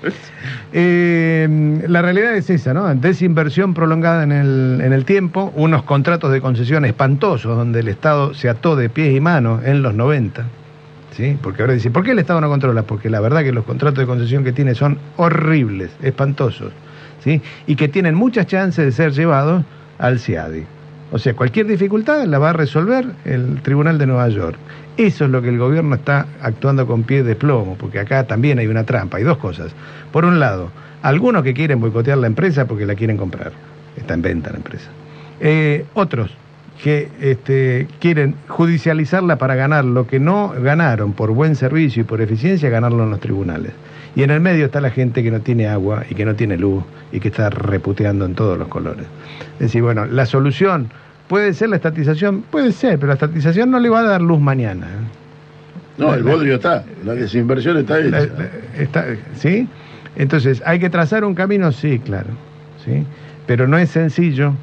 La realidad es esa, ¿no? Desinversión prolongada en el tiempo, unos contratos de concesión espantosos donde el Estado se ató de pies y manos en los 90, ¿sí? Porque ahora dicen, ¿por qué el Estado no controla? Porque la verdad que los contratos de concesión que tiene son horribles, espantosos, ¿sí? Y que tienen muchas chances de ser llevados al CIADI. O sea, cualquier dificultad la va a resolver el Tribunal de Nueva York. Eso es lo que el gobierno está actuando con pie de plomo, porque acá también hay una trampa. Hay dos cosas. Por un lado, algunos que quieren boicotear la empresa porque la quieren comprar. Está en venta la empresa. Otros que quieren judicializarla para ganar lo que no ganaron por buen servicio y por eficiencia, ganarlo en los tribunales. Y en el medio está la gente que no tiene agua y que no tiene luz y que está reputeando en todos los colores. Es decir, bueno, la solución puede ser la estatización, puede ser, pero la estatización no le va a dar luz mañana. No, el bodrio está, la desinversión está hecha. ¿Sí? Entonces, ¿hay que trazar un camino? Sí, claro. ¿Sí? Pero no es sencillo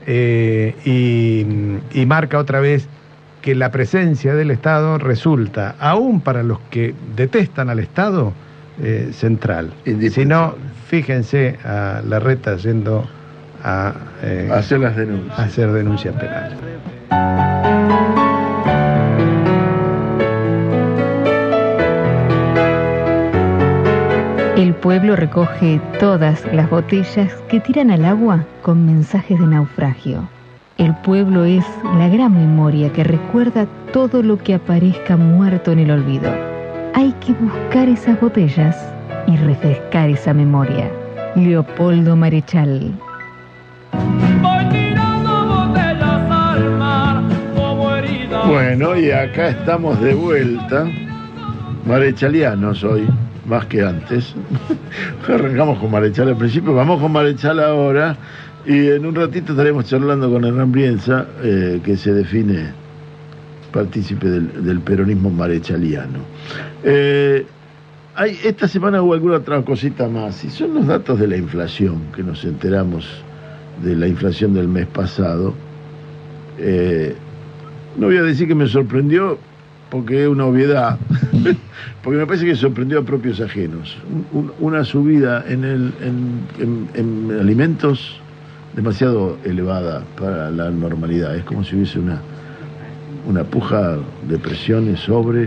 y marca otra vez que la presencia del Estado resulta, aún para los que detestan al Estado, central. Si no, fíjense a Larreta yendo a hacer las denuncias. A hacer denuncias penales. El pueblo recoge todas las botellas que tiran al agua con mensajes de naufragio. El pueblo es la gran memoria que recuerda todo lo que aparezca muerto en el olvido. Hay que buscar esas botellas y refrescar esa memoria. Leopoldo Marechal. Bueno, y acá estamos de vuelta, marechalianos hoy, más que antes. Arrancamos con Marechal al principio, vamos con Marechal ahora, y en un ratito estaremos charlando con Hernán Brienza, que se define partícipe del peronismo marechaliano. Esta semana hubo alguna otra cosita más, y son los datos de la inflación, que nos enteramos de la inflación del mes pasado. No voy a decir que me sorprendió, porque es una obviedad, Porque me parece que sorprendió a propios ajenos. Una subida en alimentos demasiado elevada para la normalidad. Es como si hubiese una puja de presiones sobre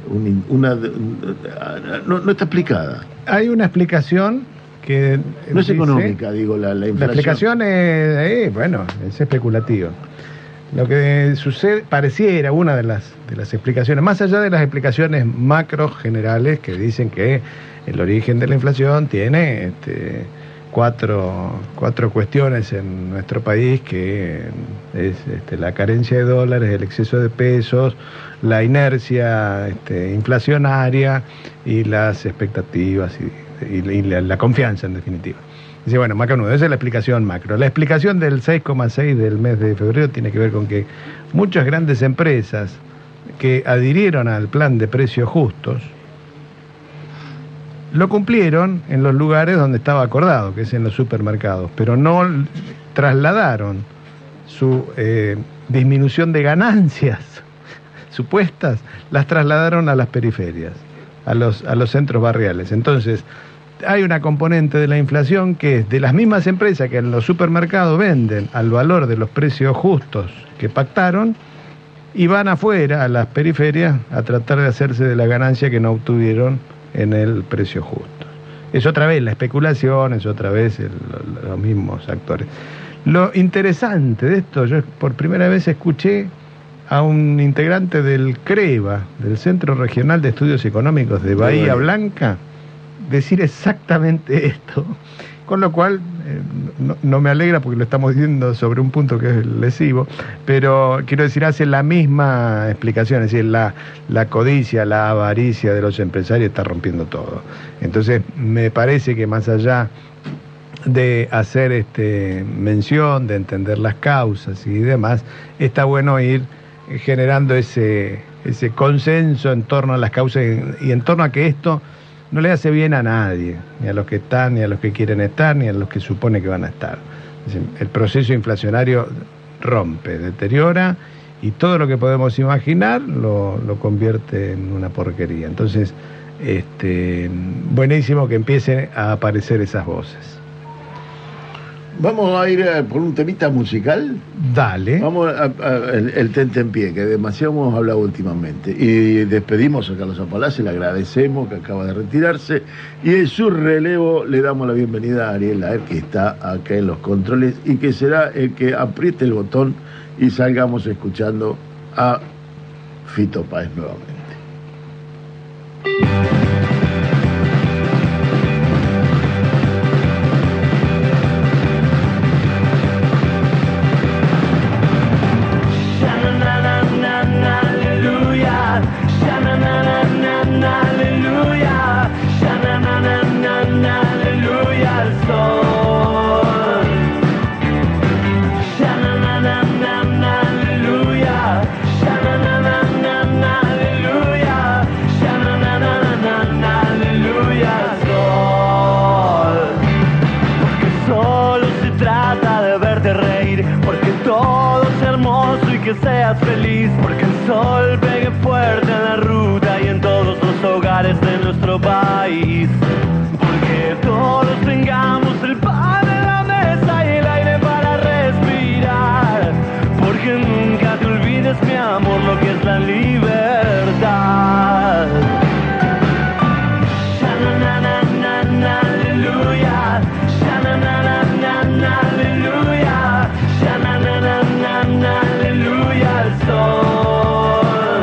no está explicada. Hay una explicación que no es dice, económica, digo, la inflación. La explicación es especulativa. Lo que sucede, pareciera una de las explicaciones, más allá de las explicaciones macro generales que dicen que el origen de la inflación tiene cuatro cuestiones en nuestro país, que es la carencia de dólares, el exceso de pesos, la inercia inflacionaria y las expectativas y la confianza, en definitiva. Dice, bueno, macanudo, esa es la explicación macro. La explicación del 6,6 del mes de febrero tiene que ver con que muchas grandes empresas que adhirieron al plan de precios justos lo cumplieron en los lugares donde estaba acordado, que es en los supermercados, pero no trasladaron su disminución de ganancias supuestas, las trasladaron a las periferias, a los centros barriales. Entonces, hay una componente de la inflación que es de las mismas empresas que en los supermercados venden al valor de los precios justos que pactaron y van afuera, a las periferias, a tratar de hacerse de la ganancia que no obtuvieron en el precio justo. Es otra vez la especulación, es otra vez los mismos actores. Lo interesante de esto, yo por primera vez escuché a un integrante del CREVA, del Centro Regional de Estudios Económicos de Bahía Blanca, decir exactamente esto, con lo cual no me alegra porque lo estamos diciendo sobre un punto que es lesivo, pero quiero decir, hace la misma explicación, es decir, la codicia, la avaricia de los empresarios está rompiendo todo. Entonces, me parece que más allá de hacer mención, de entender las causas y demás, está bueno ir generando ese consenso en torno a las causas y en torno a que esto no le hace bien a nadie, ni a los que están, ni a los que quieren estar, ni a los que supone que van a estar. Es decir, el proceso inflacionario rompe, deteriora, y todo lo que podemos imaginar lo convierte en una porquería. Entonces, buenísimo que empiecen a aparecer esas voces. Vamos a ir por un temita musical. Dale. Vamos el tentempié, que demasiado hemos hablado últimamente. Y despedimos a Carlos Apalace, le agradecemos, que acaba de retirarse. Y en su relevo le damos la bienvenida a Ariel Laer, que está acá en los controles y que será el que apriete el botón y salgamos escuchando a Fito Páez nuevamente. Que seas feliz, porque el sol pegue fuerte en la ruta y en todos los hogares de nuestro país, porque todos tengamos el pan en la mesa y el aire para respirar, porque nunca te olvides, mi amor, lo que es la libertad. Sha-na-na-na-na-na, aleluya, sha-na-na-na-na-na, aleluya, sha-na-na-na-na-na, aleluya al sol.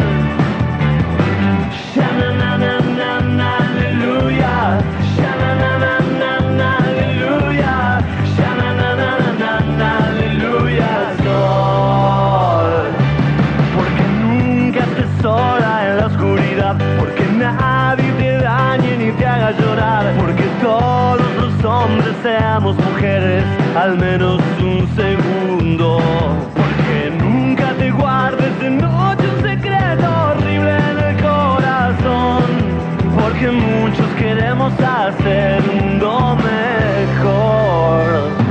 Sha-na-na-na-na-na, aleluya, sha-na-na-na-na-na, aleluya, sha-na-na-na-na-na, aleluya al sol. Porque nunca estés sola en la oscuridad, porque nadie te dañe ni te haga llorar, porque todos los hombres seamos mujeres al menos un segundo, porque nunca te guardes de noche un secreto horrible en el corazón, porque muchos queremos hacer un mundo mejor.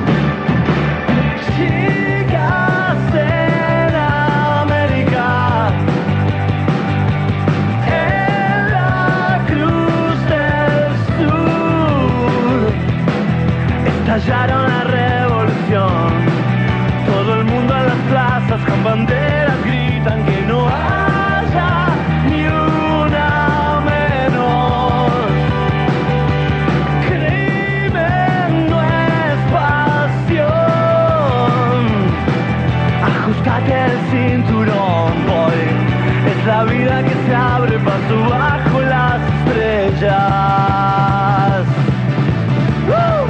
Chicas en América, en la hallaron la revolución. Todo el mundo en las plazas con banderas gritan que no haya ni una menos. Crimen no es pasión. Ajustate el cinturón, boy. Es la vida que se abre paso bajo las estrellas. ¡Woo!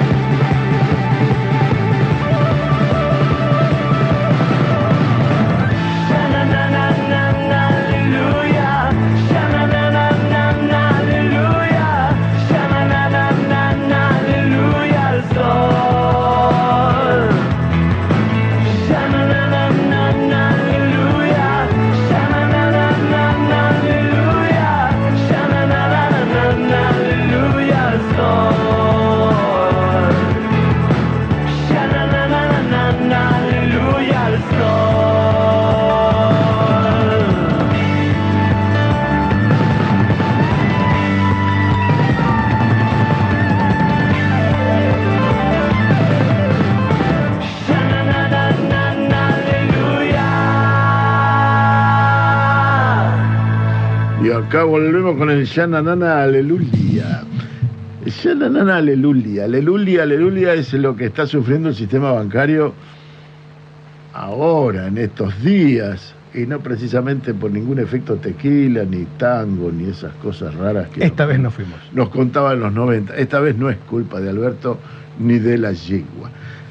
Y acá volvemos con el Shananana Aleluya. Shananana Aleluya. Aleluya, aleluya es lo que está sufriendo el sistema bancario ahora, en estos días. Y no precisamente por ningún efecto tequila, ni tango, ni esas cosas raras que Esta vez no fuimos. nos contaba en los 90. Esta vez no es culpa de Alberto ni de la yegua.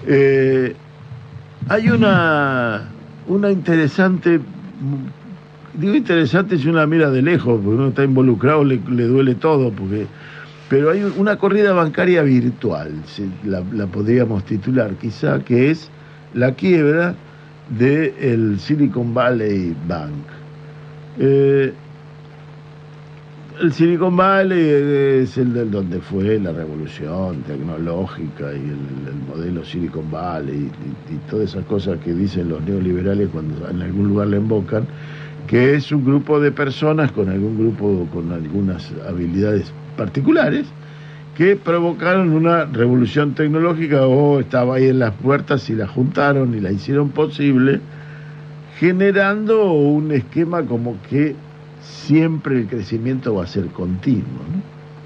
Hay una interesante, digo interesante si una mira de lejos, porque uno está involucrado, le duele todo, pero hay una corrida bancaria virtual, la podríamos titular quizá, que es la quiebra del Silicon Valley Bank. El Silicon Valley es el donde fue la revolución tecnológica y el modelo Silicon Valley y todas esas cosas que dicen los neoliberales cuando en algún lugar le invocan, que es un grupo de personas con algunas habilidades particulares que provocaron una revolución tecnológica o estaba ahí en las puertas y la juntaron y la hicieron posible, generando un esquema como que siempre el crecimiento va a ser continuo, ¿no?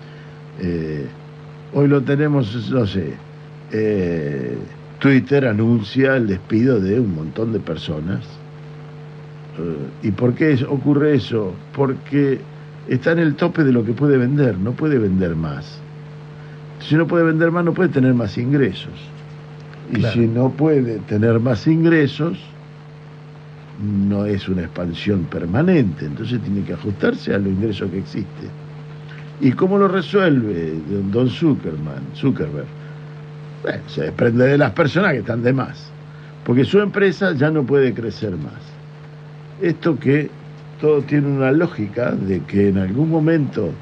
Hoy lo tenemos, no sé, Twitter anuncia el despido de un montón de personas. ¿Y por qué ocurre eso? Porque está en el tope de lo que puede vender, no puede vender más. Si no puede vender más, no puede tener más ingresos. Y claro, si no puede tener más ingresos, no es una expansión permanente, entonces tiene que ajustarse a los ingresos que existen. ¿Y cómo lo resuelve don Zuckerberg? Bueno, se desprende de las personas que están de más, porque su empresa ya no puede crecer más. Esto que todo tiene una lógica de que en algún momento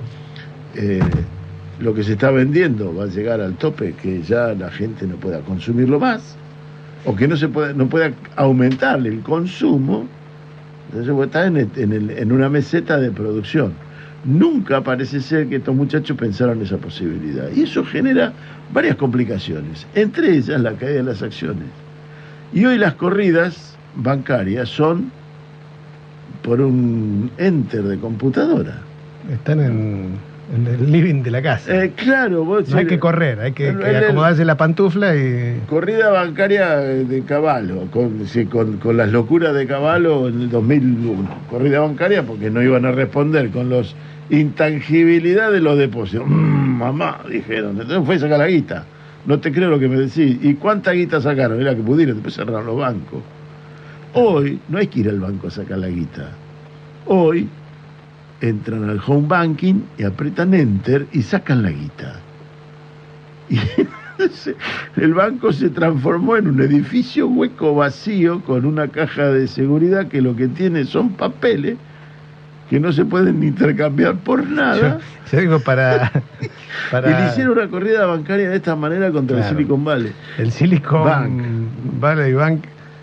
lo que se está vendiendo va a llegar al tope, que ya la gente no pueda consumirlo más, o que no pueda aumentarle el consumo. Entonces está en una meseta de producción. Nunca parece ser que estos muchachos pensaron esa posibilidad, y eso genera varias complicaciones, entre ellas la caída de las acciones. Y hoy las corridas bancarias son por un enter de computadora. Están en el living de la casa. Claro, no hay que correr, hay que acomodarse la pantufla y... Corrida bancaria de Cavallo, con las locuras de Cavallo en el 2001. Corrida bancaria porque no iban a responder con los intangibilidad de los depósitos. Mamá, dijeron, entonces fue a sacar la guita. No te creo lo que me decís. ¿Y cuánta guita sacaron? Era que pudieron, después cerraron los bancos. Hoy no hay que ir al banco a sacar la guita. Hoy entran al home banking y apretan enter y sacan la guita. Y el banco se transformó en un edificio hueco vacío con una caja de seguridad que lo que tiene son papeles que no se pueden intercambiar por nada. Yo digo para... Y le hicieron una corrida bancaria de esta manera contra el Silicon Valley. El Silicon Valley Bank.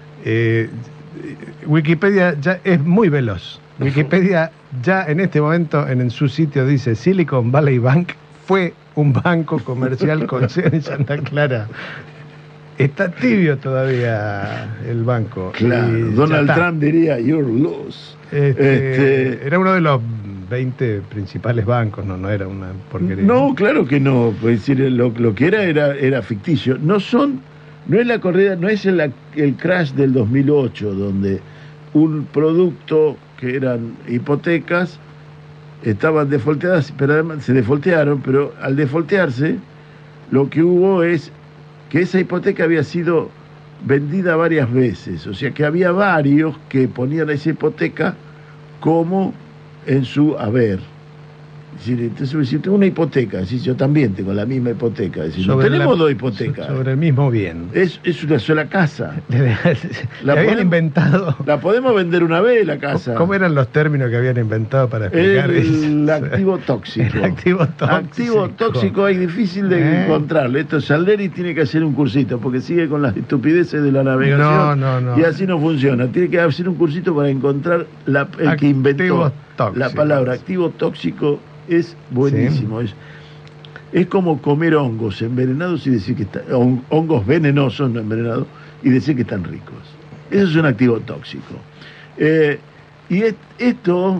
Wikipedia ya es muy veloz. Wikipedia ya en este momento en su sitio dice Silicon Valley Bank fue un banco comercial con sede en Santa Clara. Está tibio todavía el banco. Claro, Y Donald ya está. Trump diría, you're loose. Era uno de los 20 principales bancos, no era una porquería. No, claro que no. Es decir, lo que era ficticio. No es la corrida, no es el crash del 2008, donde un producto que eran hipotecas estaban defaulteadas, pero además se defaultearon, pero al defaultearse, lo que hubo es que esa hipoteca había sido vendida varias veces, o sea que había varios que ponían esa hipoteca como en su haber. Es decir, entonces, si tengo una hipoteca, es decir, yo también tengo la misma hipoteca, es decir, no tenemos dos hipotecas. Sobre el mismo bien. Es una sola casa. Le habían inventado. La podemos vender una vez, la casa. ¿Cómo eran los términos que habían inventado para explicar El eso? activo tóxico. El activo tóxico. Activo tóxico es difícil de encontrarlo. Esto Salderi tiene que hacer un cursito, porque sigue con las estupideces de la navegación. No. Y así no funciona. Tiene que hacer un cursito para encontrar el que inventó la palabra activo tóxico. Es buenísimo. Sí. Es como comer hongos envenenados y decir que hongos venenosos, no envenenados, y decir que están ricos. Eso es un activo tóxico. Y esto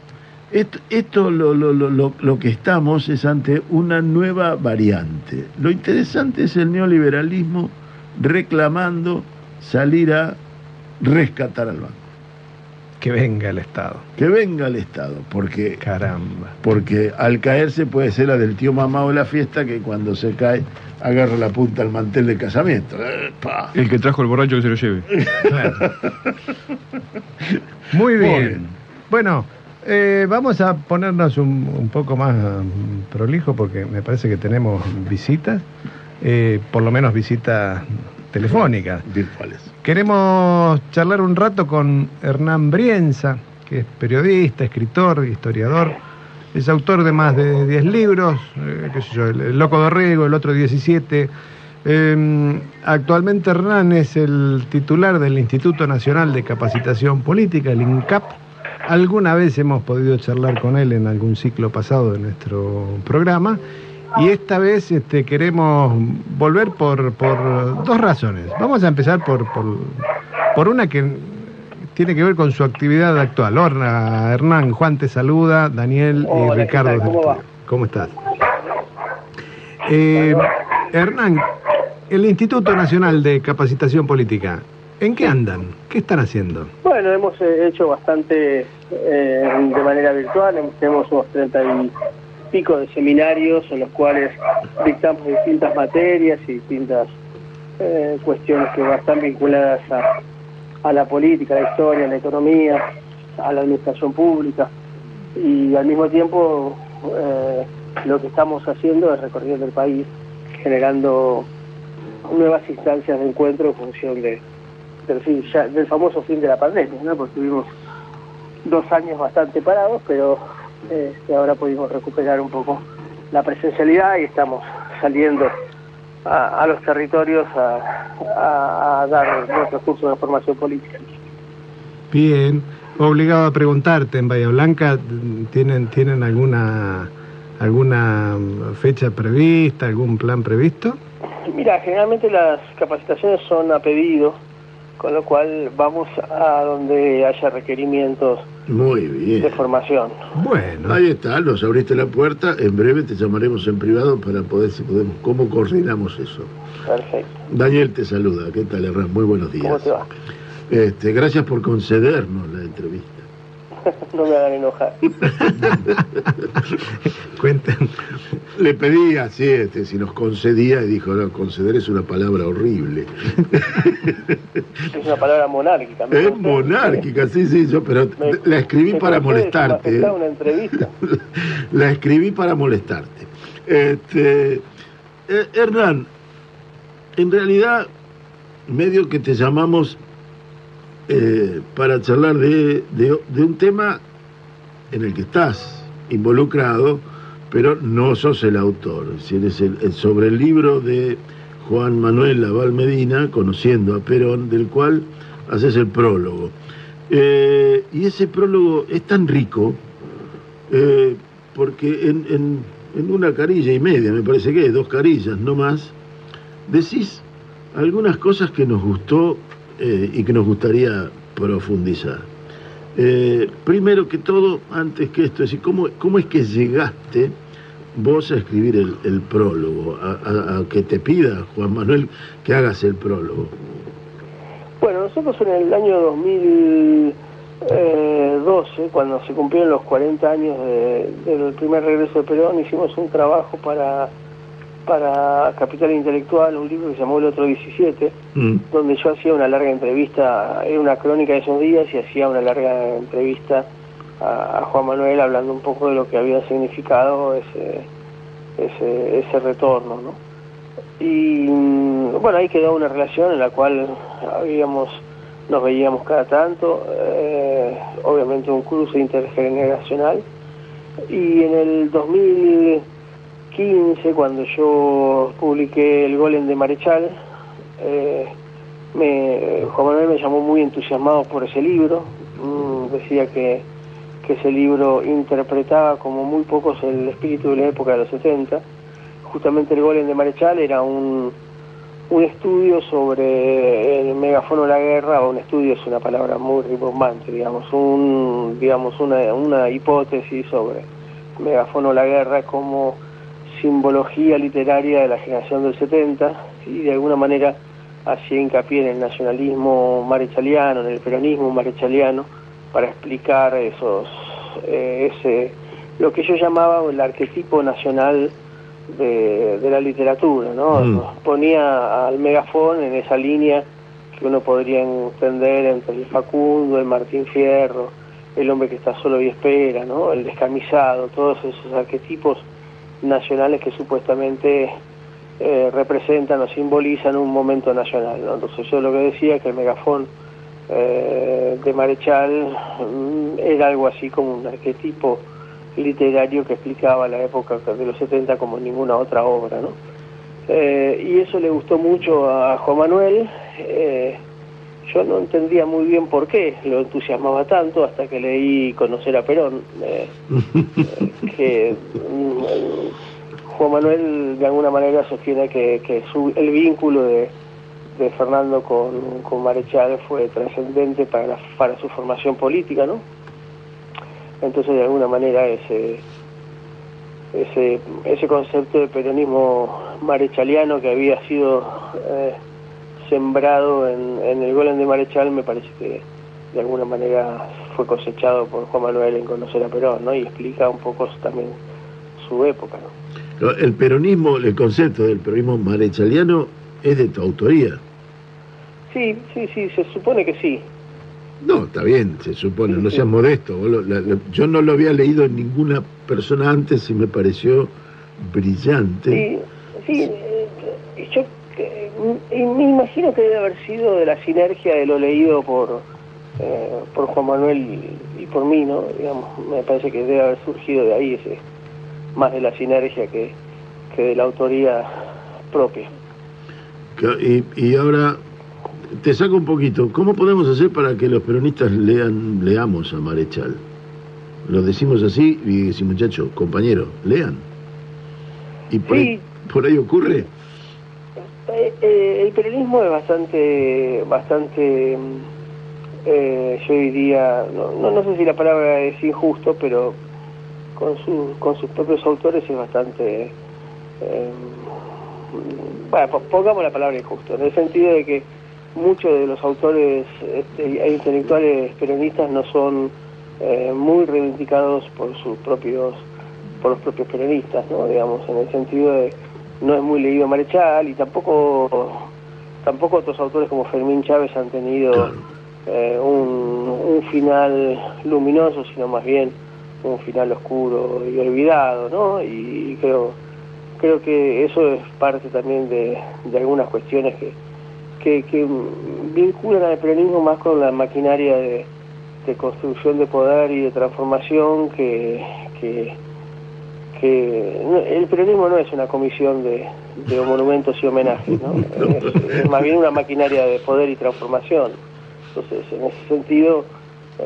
lo que estamos es ante una nueva variante. Lo interesante es el neoliberalismo reclamando salir a rescatar al banco. Que venga el Estado. Que venga el Estado, porque... Caramba. Porque al caerse puede ser la del tío mamá o la fiesta, que cuando se cae agarra la punta al mantel del casamiento. El que trajo el borracho que se lo lleve. Claro. Muy bien. Bueno, vamos a ponernos un poco más prolijo, porque me parece que tenemos visitas, por lo menos visitas telefónicas. Virtuales. Queremos charlar un rato con Hernán Brienza, que es periodista, escritor, historiador. Es autor de más de 10 libros, qué sé yo, El Loco Dorrego, el otro 17. Actualmente Hernán es el titular del Instituto Nacional de Capacitación Política, el INCAP. Alguna vez hemos podido charlar con él en algún ciclo pasado de nuestro programa. Y esta vez queremos volver por dos razones. Vamos a empezar por una que tiene que ver con su actividad actual. Hola, Hernán, Juan te saluda, Daniel y Ricardo. ¿Cómo va? ¿Cómo estás? Hernán, el Instituto Nacional de Capacitación Política, ¿en qué andan? ¿Qué están haciendo? Bueno, hemos hecho bastante de manera virtual. Tenemos unos 30 y pico de seminarios en los cuales dictamos distintas materias y distintas cuestiones que están vinculadas a la política, a la historia, a la economía, a la administración pública, y al mismo tiempo lo que estamos haciendo es recorriendo el país, generando nuevas instancias de encuentro en función del famoso fin de la pandemia, ¿no? Porque tuvimos 2 años bastante parados, pero ahora pudimos recuperar un poco la presencialidad y estamos saliendo a los territorios a dar nuestros cursos de formación política. Bien, obligado a preguntarte, en Bahía Blanca, ¿tienen alguna fecha prevista, algún plan previsto? Mira, generalmente las capacitaciones son a pedido, con lo cual vamos a donde haya requerimientos. Muy bien. De formación. Bueno. Ahí está, nos abriste la puerta. En breve te llamaremos en privado para poder, si podemos, cómo coordinamos eso. Perfecto. Daniel te saluda. ¿Qué tal, Hernán? Muy buenos días. ¿Cómo te va? Gracias por concedernos la entrevista. No me hagan enojar. Cuenten. Le pedí así, si nos concedía, y dijo, no, conceder es una palabra horrible. Es una palabra monárquica. Es monárquica, sí, pero la escribí para molestarte. Una entrevista. La escribí para molestarte. Hernán, en realidad, medio que te llamamos para charlar de un tema en el que estás involucrado, pero no sos el autor. Si eres sobre el libro de Juan Manuel Laval Medina, Conociendo a Perón, del cual haces el prólogo. Y ese prólogo es tan rico porque en en una carilla y media, me parece que 2 carillas, no más, decís algunas cosas que nos gustó y que nos gustaría profundizar. Primero que todo, antes que esto, es decir, ¿cómo es que llegaste vos a escribir el prólogo, a que te pida Juan Manuel que hagas el prólogo? Bueno, nosotros en el año 2012, cuando se cumplieron los 40 años del primer regreso de Perón, hicimos un trabajo para Capital Intelectual, un libro que se llamó El Otro 17, donde yo hacía una larga entrevista, era una crónica de esos días, y hacía una larga entrevista a Juan Manuel, hablando un poco de lo que había significado ese retorno, ¿no? Y bueno, ahí quedó una relación en la cual nos veíamos cada tanto, obviamente un cruce intergeneracional, y en el 2015, cuando yo publiqué El Golem de Marechal, Juan Manuel me llamó muy entusiasmado por ese libro. Decía que ese libro interpretaba como muy pocos el espíritu de la época de los 70. Justamente El Golem de Marechal era un estudio sobre el megáfono de la guerra, o un estudio es una palabra muy rimbombante, una hipótesis sobre el megáfono de la guerra como simbología literaria de la generación del 70, y de alguna manera hacía hincapié en el nacionalismo marechaliano, en el peronismo marechaliano, para explicar lo que yo llamaba el arquetipo nacional de la literatura, ¿no? Ponía al megafón en esa línea que uno podría entender entre el Facundo, el Martín Fierro, el hombre que está solo y espera, ¿no? El descamisado, todos esos arquetipos nacionales que supuestamente representan o simbolizan un momento nacional, ¿no? Entonces yo lo que decía es que el megafón de Marechal era algo así como un arquetipo literario que explicaba la época de los 70 como ninguna otra obra, ¿no? Y eso le gustó mucho a Juan Manuel. Yo no entendía muy bien por qué lo entusiasmaba tanto, hasta que leí Conocer a Perón, que Juan Manuel de alguna manera sostiene que el vínculo de Fernando con Marechal fue trascendente para su formación política, ¿no? Entonces de alguna manera ese concepto de peronismo marechaliano que había sido sembrado en El Golem de Marechal, me parece que de alguna manera fue cosechado por Juan Manuel en Conocer a Perón, ¿no? Y explica un poco también su época, ¿no? El peronismo, el concepto del peronismo marechaliano es de tu autoría. Sí, se supone que sí. No, está bien, se supone, no seas modesto. Yo no lo había leído en ninguna persona antes y me pareció brillante. Sí, yo me imagino que debe haber sido de la sinergia de lo leído por Juan Manuel y por mí, ¿no? Digamos, me parece que debe haber surgido de ahí, más de la sinergia que de la autoría propia. Y ahora te saco un poquito. ¿Cómo podemos hacer para que los peronistas leamos a Marechal? Lo decimos así y decimos, muchachos, compañeros, lean. ¿Y por ahí ocurre? El peronismo es bastante yo diría, no sé si la palabra es injusto, pero con sus propios autores es bastante, pongamos la palabra injusto, en el sentido de que muchos de los autores e intelectuales peronistas no son muy reivindicados por los propios peronistas, ¿no? Digamos, en el sentido de no es muy leído Marechal, y tampoco otros autores como Fermín Chávez han tenido un final luminoso, sino más bien un final oscuro y olvidado, ¿no? Y creo que eso es parte también de algunas cuestiones que vinculan al peronismo más con la maquinaria de construcción de poder y de transformación que el peronismo no es una comisión de monumentos y homenajes, ¿no? Es más bien una maquinaria de poder y transformación. Entonces, en ese sentido,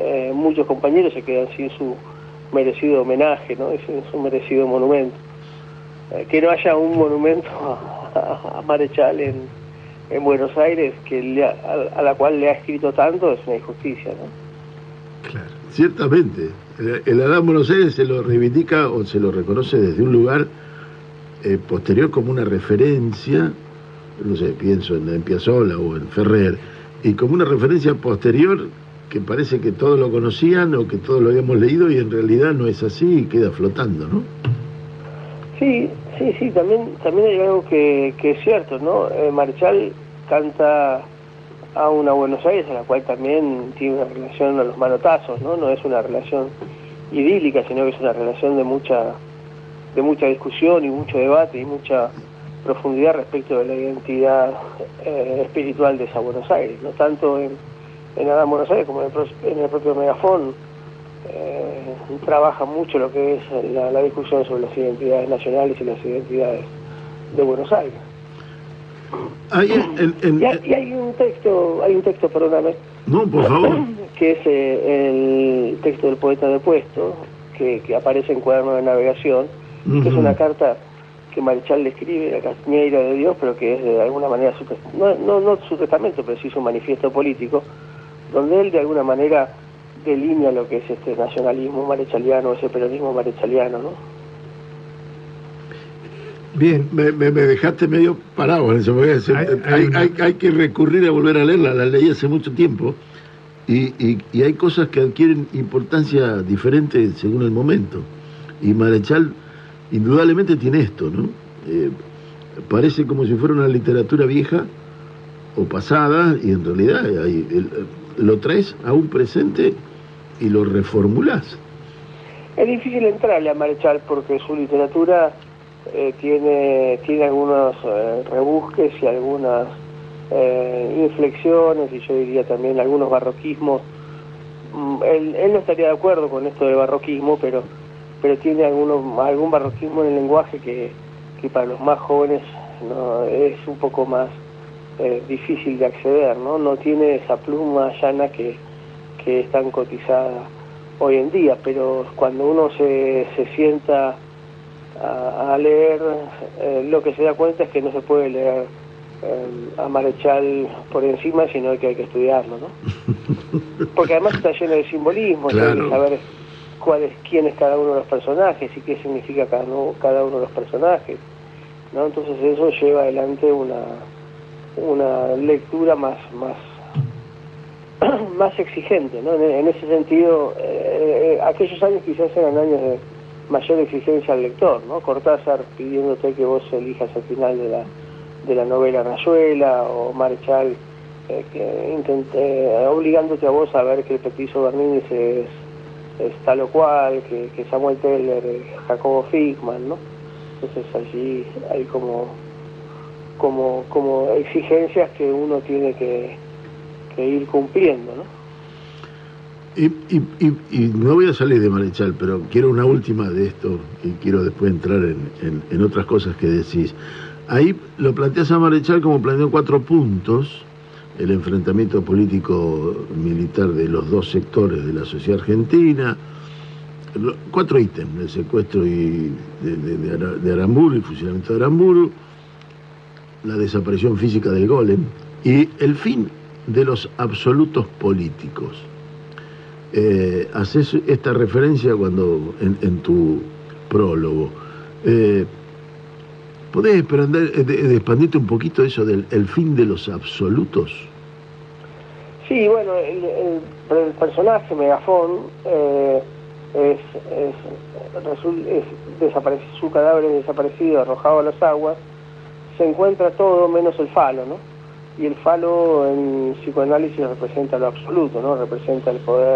muchos compañeros se quedan sin su merecido homenaje, ¿no? Y sin su merecido monumento. que no haya un monumento a Marechal en Buenos Aires, a la cual le ha escrito tanto, es una injusticia, ¿no? Claro. Ciertamente. El Adán Buenos Aires se lo reivindica o se lo reconoce desde un lugar posterior como una referencia, no sé, pienso en Piazzolla o en Ferrer, y como una referencia posterior que parece que todos lo conocían o que todos lo habíamos leído y en realidad no es así y queda flotando, ¿no? Sí, también hay algo que es cierto, ¿no? Marechal canta a una Buenos Aires a la cual también tiene una relación a los manotazos, ¿no? No es una relación idílica, sino que es una relación de mucha discusión y mucho debate y mucha profundidad respecto de la identidad espiritual de esa Buenos Aires, no tanto en Adán Buenos Aires como en el propio Megafón. Trabaja mucho lo que es la discusión sobre las identidades nacionales y las identidades de Buenos Aires. Y hay un texto, perdóname. No, por favor. Que es el texto del poeta depuesto, que aparece en Cuaderno de Navegación, que es una carta que Marechal le escribe a Cañeira de Dios, pero que es de alguna manera no su testamento, pero sí su manifiesto político, donde él de alguna manera delinea lo que es este nacionalismo marechaliano, ese peronismo marechaliano, ¿no? Bien, me dejaste medio parado en eso, porque hay que recurrir a volver a leerla, la leí hace mucho tiempo, y hay cosas que adquieren importancia diferente según el momento, y Marechal indudablemente tiene esto, ¿no? Parece como si fuera una literatura vieja o pasada, y en realidad lo traes a un presente y lo reformulás. Es difícil entrarle a Marechal porque su literatura tiene algunos rebusques y algunas inflexiones, y yo diría también algunos barroquismos. Él no estaría de acuerdo con esto del barroquismo, pero tiene algún barroquismo en el lenguaje que para los más jóvenes no es un poco más difícil de acceder, ¿no? No tiene esa pluma llana que es tan cotizada hoy en día, pero cuando uno se sienta a leer, lo que se da cuenta es que no se puede leer a Marechal por encima, sino que hay que estudiarlo, ¿no? Porque además está lleno de simbolismo, claro. Hay que saber quién es cada uno de los personajes y qué significa cada uno de los personajes, ¿no? Entonces eso lleva adelante una lectura más exigente, ¿no? En ese sentido, aquellos años quizás eran años de mayor exigencia al lector, ¿no? Cortázar pidiéndote que vos elijas el final de la novela Rayuela, o Marechal obligándote a vos a ver que el Petiso Bernini es tal o cual, que Samuel Teller es Jacobo Fickman, ¿no? Entonces allí hay como exigencias que uno tiene que ir cumpliendo, ¿no? Y no voy a salir de Marechal, pero quiero una última de esto y quiero después entrar en otras cosas que decís. Ahí lo planteas a Marechal como planteó 4 puntos, el enfrentamiento político militar de los dos sectores de la sociedad argentina, 4 ítems: el secuestro de Aramburu, el fusilamiento de Aramburu, la desaparición física del Golem y el fin de los absolutos políticos. Haces esta referencia cuando en tu prólogo. ¿Podés expandirte un poquito eso del el fin de los absolutos? Sí, bueno, el personaje Megafón su cadáver es desaparecido, arrojado a las aguas. Se encuentra todo menos el falo, ¿no? Y el falo en psicoanálisis representa lo absoluto, ¿no? Representa el poder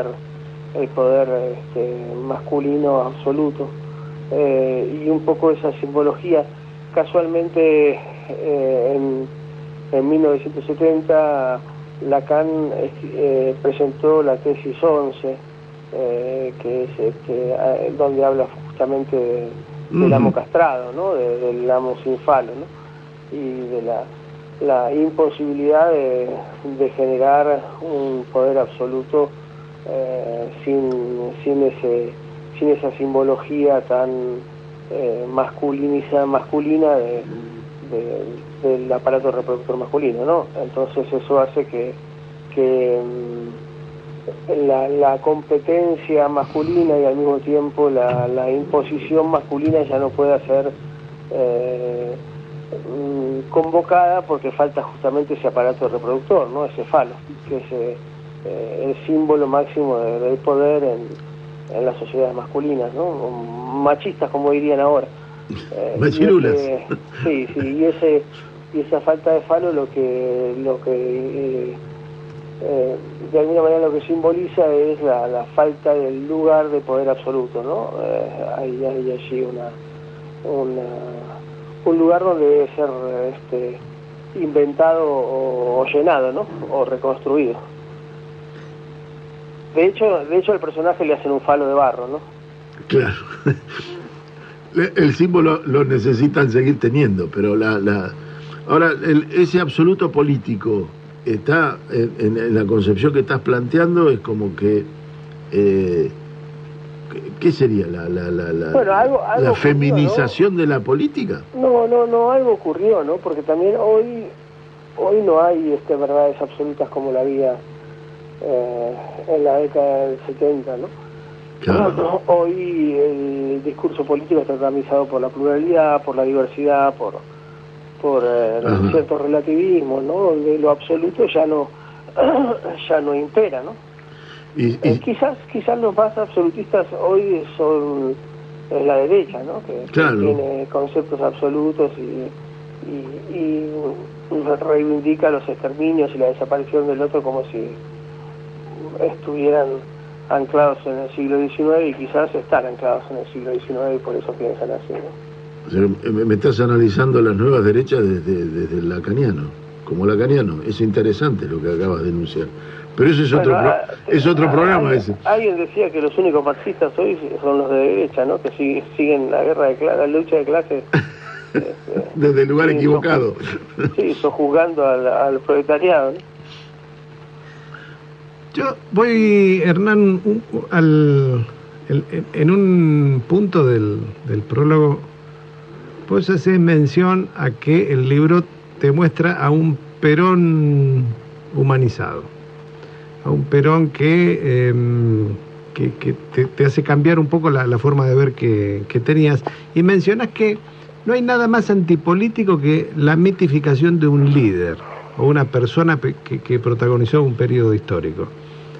masculino absoluto, y un poco esa simbología. Casualmente en 1970 Lacan presentó la tesis 11, que es donde habla justamente del amo castrado, ¿no? Del amo sin falo, ¿no? Y de la imposibilidad de generar un poder absoluto sin esa simbología tan masculina del aparato reproductor masculino, ¿no? Entonces eso hace que la competencia masculina y al mismo tiempo la imposición masculina ya no pueda ser convocada, porque falta justamente ese aparato reproductor, ¿no? Ese falo, que es el símbolo máximo del poder en las sociedades masculinas, ¿no? Machistas, como dirían ahora. Machirulas. Y esa falta de falo lo que de alguna manera lo que simboliza es la falta del lugar de poder absoluto, ¿no? Hay allí un lugar donde debe ser inventado o llenado, ¿no? O reconstruido. De hecho al personaje le hacen un falo de barro, ¿no? Claro. El símbolo lo necesitan seguir teniendo, pero ahora ese absoluto político está en la concepción que estás planteando, es como que ¿qué sería la feminización, ¿no?, de la política? No, algo ocurrió, ¿no? Porque también hoy no hay verdades absolutas como la había en la década del 70, ¿no? Claro. Hoy el discurso político está organizado por la pluralidad, por la diversidad, por ciertos relativismos, ¿no? Donde lo absoluto ya no impera, ¿no? Quizás los más absolutistas hoy son la derecha, ¿no? Que tiene conceptos absolutos y reivindica los exterminios y la desaparición del otro como si estuvieran anclados en el siglo XIX, y quizás están anclados en el siglo XIX y por eso piensan así, ¿no? O sea, me estás analizando las nuevas derechas desde el lacaniano, como lacaniano. Es interesante lo que acabas de denunciar. Pero eso es otro programa ese. Alguien decía que los únicos marxistas hoy son los de derecha, ¿no? Que siguen la lucha de clases. Desde el lugar equivocado. Sojuzgando al proletariado, ¿no? Yo voy, Hernán, en un punto del prólogo, pues haces mención a que el libro te muestra a un Perón humanizado, a un Perón que te hace cambiar un poco la forma de ver que tenías, y mencionas que no hay nada más antipolítico que la mitificación de un líder o una persona que protagonizó un periodo histórico.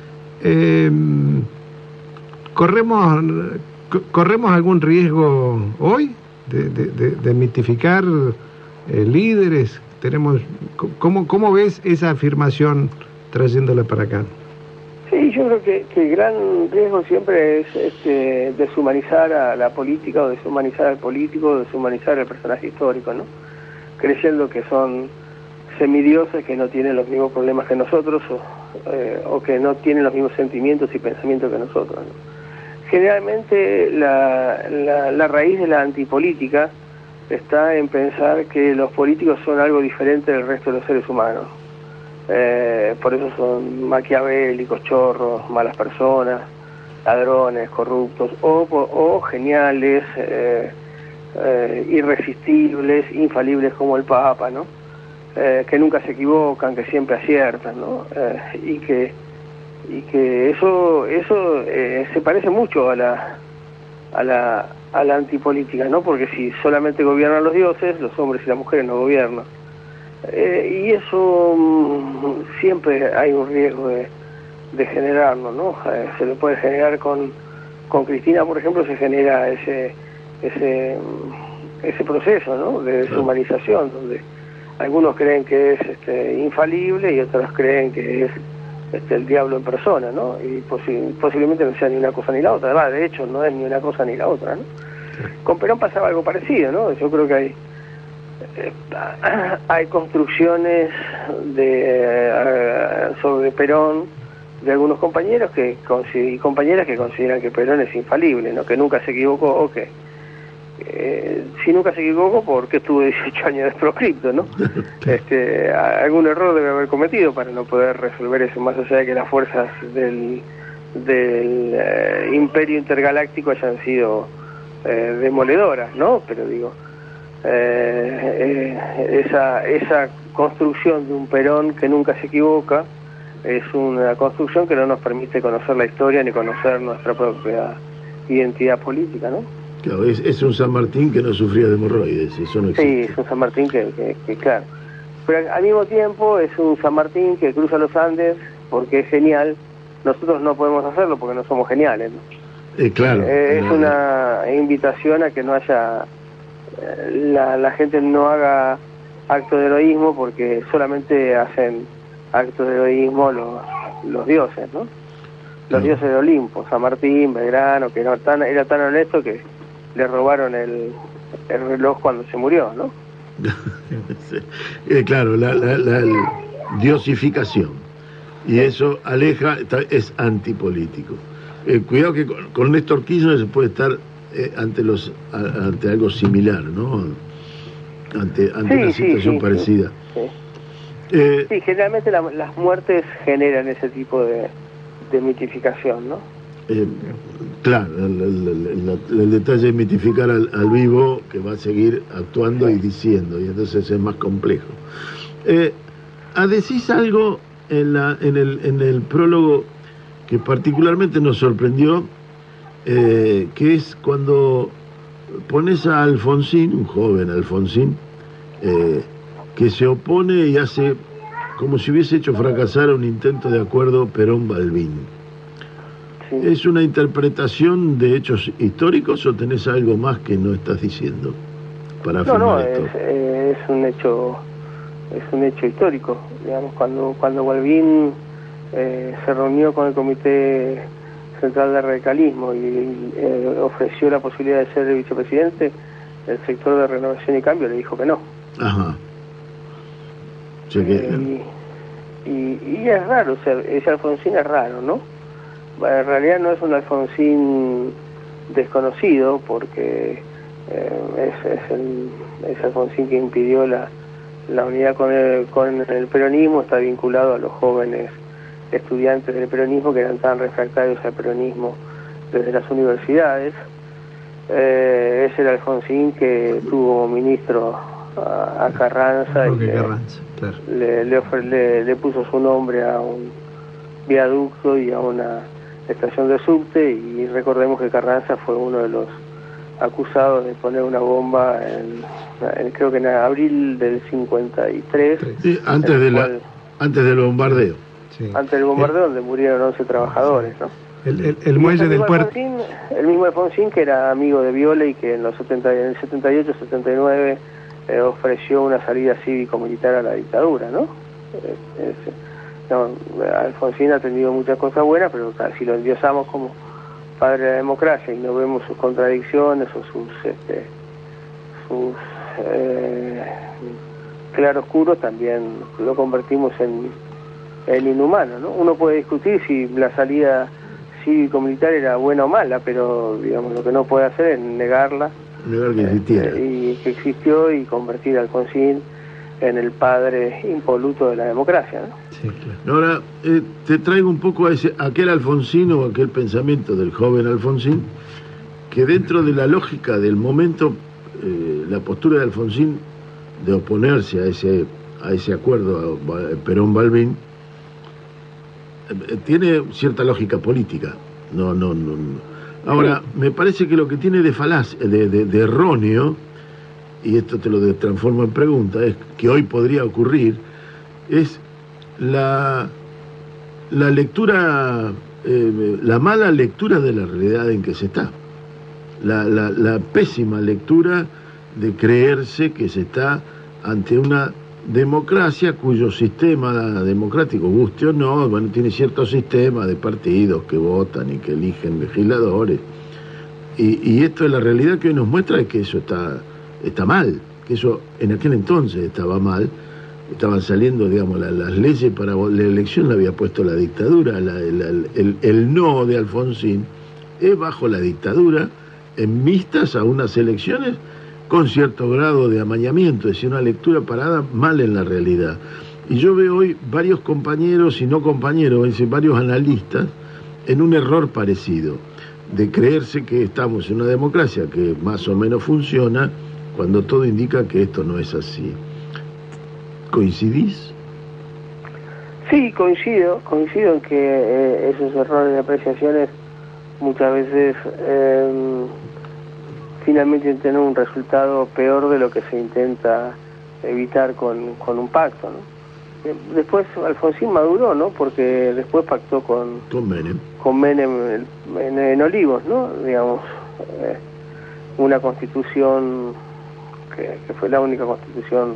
¿Corremos algún riesgo hoy de mitificar líderes? ¿Cómo ves esa afirmación trayéndola para acá? Sí, yo creo que el gran riesgo siempre es deshumanizar a la política, o deshumanizar al político, o deshumanizar al personaje histórico, ¿no? Creyendo que son semidioses que no tienen los mismos problemas que nosotros, o que no tienen los mismos sentimientos y pensamientos que nosotros, ¿no? Generalmente la raíz de la antipolítica está en pensar que los políticos son algo diferente del resto de los seres humanos. Por eso son maquiavélicos, chorros, malas personas, ladrones, corruptos, o geniales, irresistibles, infalibles como el Papa, ¿no? Que nunca se equivocan, que siempre aciertan, ¿no? Y que eso se parece mucho a la antipolítica, ¿no? Porque si solamente gobiernan los dioses, los hombres y las mujeres no gobiernan. Y eso siempre hay un riesgo de generarlo, ¿no? Se le puede generar con Cristina, por ejemplo, se genera ese proceso, ¿no? De deshumanización, donde algunos creen que es infalible y otros creen que es el diablo en persona, ¿no? Y posiblemente no sea ni una cosa ni la otra. Además, de hecho, no es ni una cosa ni la otra, ¿no? Con Perón pasaba algo parecido, ¿no? Yo creo que hay construcciones sobre Perón de algunos compañeros y compañeras que consideran que Perón es infalible, ¿no? Que nunca se equivocó, o que si nunca se equivocó, porque estuvo 18 años de proscripto, ¿no? Algún error debe haber cometido para no poder resolver eso, más allá de que las fuerzas del imperio intergaláctico hayan sido demoledoras, ¿no? Pero digo, esa construcción de un Perón que nunca se equivoca es una construcción que no nos permite conocer la historia ni conocer nuestra propia identidad política, ¿no? Claro, es un San Martín que no sufría de hemorroides, eso no existe. Sí, es un San Martín que claro. Pero al mismo tiempo es un San Martín que cruza los Andes porque es genial. Nosotros no podemos hacerlo porque no somos geniales, ¿no? Claro. Es una invitación a que no haya... la gente no haga actos de heroísmo porque solamente hacen actos de heroísmo los dioses, ¿no? Los dioses de Olimpo, San Martín, Belgrano, que era tan honesto que le robaron el reloj cuando se murió, ¿no? Claro, la diosificación. Y eso aleja, es antipolítico. Cuidado que con Néstor Kirchner se puede estar ante algo similar, ¿no? Ante una situación parecida. Sí, generalmente las muertes generan ese tipo de mitificación, ¿no? Claro, el detalle es mitificar al vivo que va a seguir actuando y diciendo, y entonces es más complejo. Decís algo en el prólogo que particularmente nos sorprendió, que es cuando pones a Alfonsín, un joven Alfonsín, que se opone y hace como si hubiese hecho fracasar un intento de acuerdo Perón-Balbín. Sí. ¿Es una interpretación de hechos históricos o tenés algo más que no estás diciendo para afirmar esto? Es un hecho histórico. Digamos, cuando Balbín se reunió con el Comité Central de Radicalismo y ofreció la posibilidad de ser el vicepresidente, el sector de Renovación y Cambio le dijo que no. Ajá. Y es raro, o sea, ese Alfonsín es raro, ¿no? En realidad no es un Alfonsín desconocido, porque es Alfonsín que impidió la unidad con el peronismo, está vinculado a los jóvenes estudiantes del peronismo que eran tan refractarios al peronismo desde las universidades. Es el Alfonsín que tuvo como ministro a Carranza y claro. le puso su nombre a un viaducto y a una estación de subte, y recordemos que Carranza fue uno de los acusados de poner una bomba creo que en abril del 53, sí, antes del bombardeo. Sí. Antes del bombardeo, donde murieron 11 trabajadores, ¿no? El muelle del puerto. El mismo Alfonsín, que era amigo de Viola y que en el 78, 79 ofreció una salida cívico-militar a la dictadura, ¿no? Alfonsín ha tenido muchas cosas buenas, pero si lo endiosamos como padre de la democracia y no vemos sus contradicciones o sus claroscuros, también lo convertimos en inhumano, ¿no? Uno puede discutir si la salida cívico-militar era buena o mala, pero digamos lo que no puede hacer es negar que existiera y que existió, y convertir a Alfonsín en el padre impoluto de la democracia, ¿no? Sí, claro. Ahora te traigo un poco a aquel Alfonsín, o aquel pensamiento del joven Alfonsín, que dentro de la lógica del momento, la postura de Alfonsín de oponerse a ese acuerdo Perón-Balbín tiene cierta lógica política. No. Ahora, me parece que lo que tiene de falaz, de erróneo, y esto te lo transformo en pregunta, es que hoy podría ocurrir, es la lectura, la mala lectura de la realidad en que se está. La pésima lectura de creerse que se está ante una democracia cuyo sistema democrático, guste o no, bueno, tiene cierto sistema de partidos que votan y que eligen legisladores, y esto es la realidad que hoy nos muestra, es que eso está mal, que eso en aquel entonces estaba mal. Estaban saliendo, digamos, las leyes para la elección, la había puesto la dictadura, el no de Alfonsín es bajo la dictadura, en vistas a unas elecciones con cierto grado de amañamiento, es decir, una lectura parada mal en la realidad. Y yo veo hoy varios compañeros y no compañeros, es decir, varios analistas, en un error parecido. de creerse que estamos en una democracia que más o menos funciona, cuando todo indica que esto no es así. ¿Coincidís? Sí, coincido en que esos errores de apreciaciones muchas veces finalmente tienen un resultado peor de lo que se intenta evitar con un pacto, ¿no? Después Alfonsín maduró, ¿no? Porque después pactó con Menem en Olivos, ¿no? Digamos, una constitución que fue la única constitución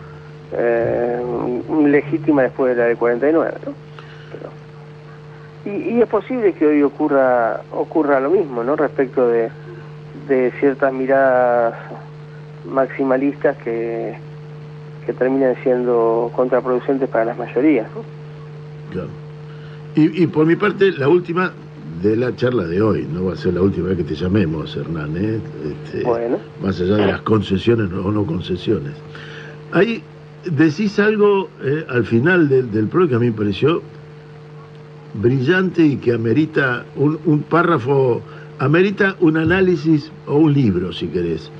legítima después de la del 49, ¿no? Y es posible que hoy ocurra lo mismo, ¿no? Respecto de ciertas miradas maximalistas que terminan siendo contraproducentes para las mayorías, ¿no? Claro. Y por mi parte, la última de la charla de hoy, no va a ser la última vez que te llamemos, Hernán, Bueno. Más allá de las concesiones o no concesiones. Ahí decís algo al final del programa que a mí me pareció brillante y que amerita un párrafo, amerita un análisis o un libro, si querés.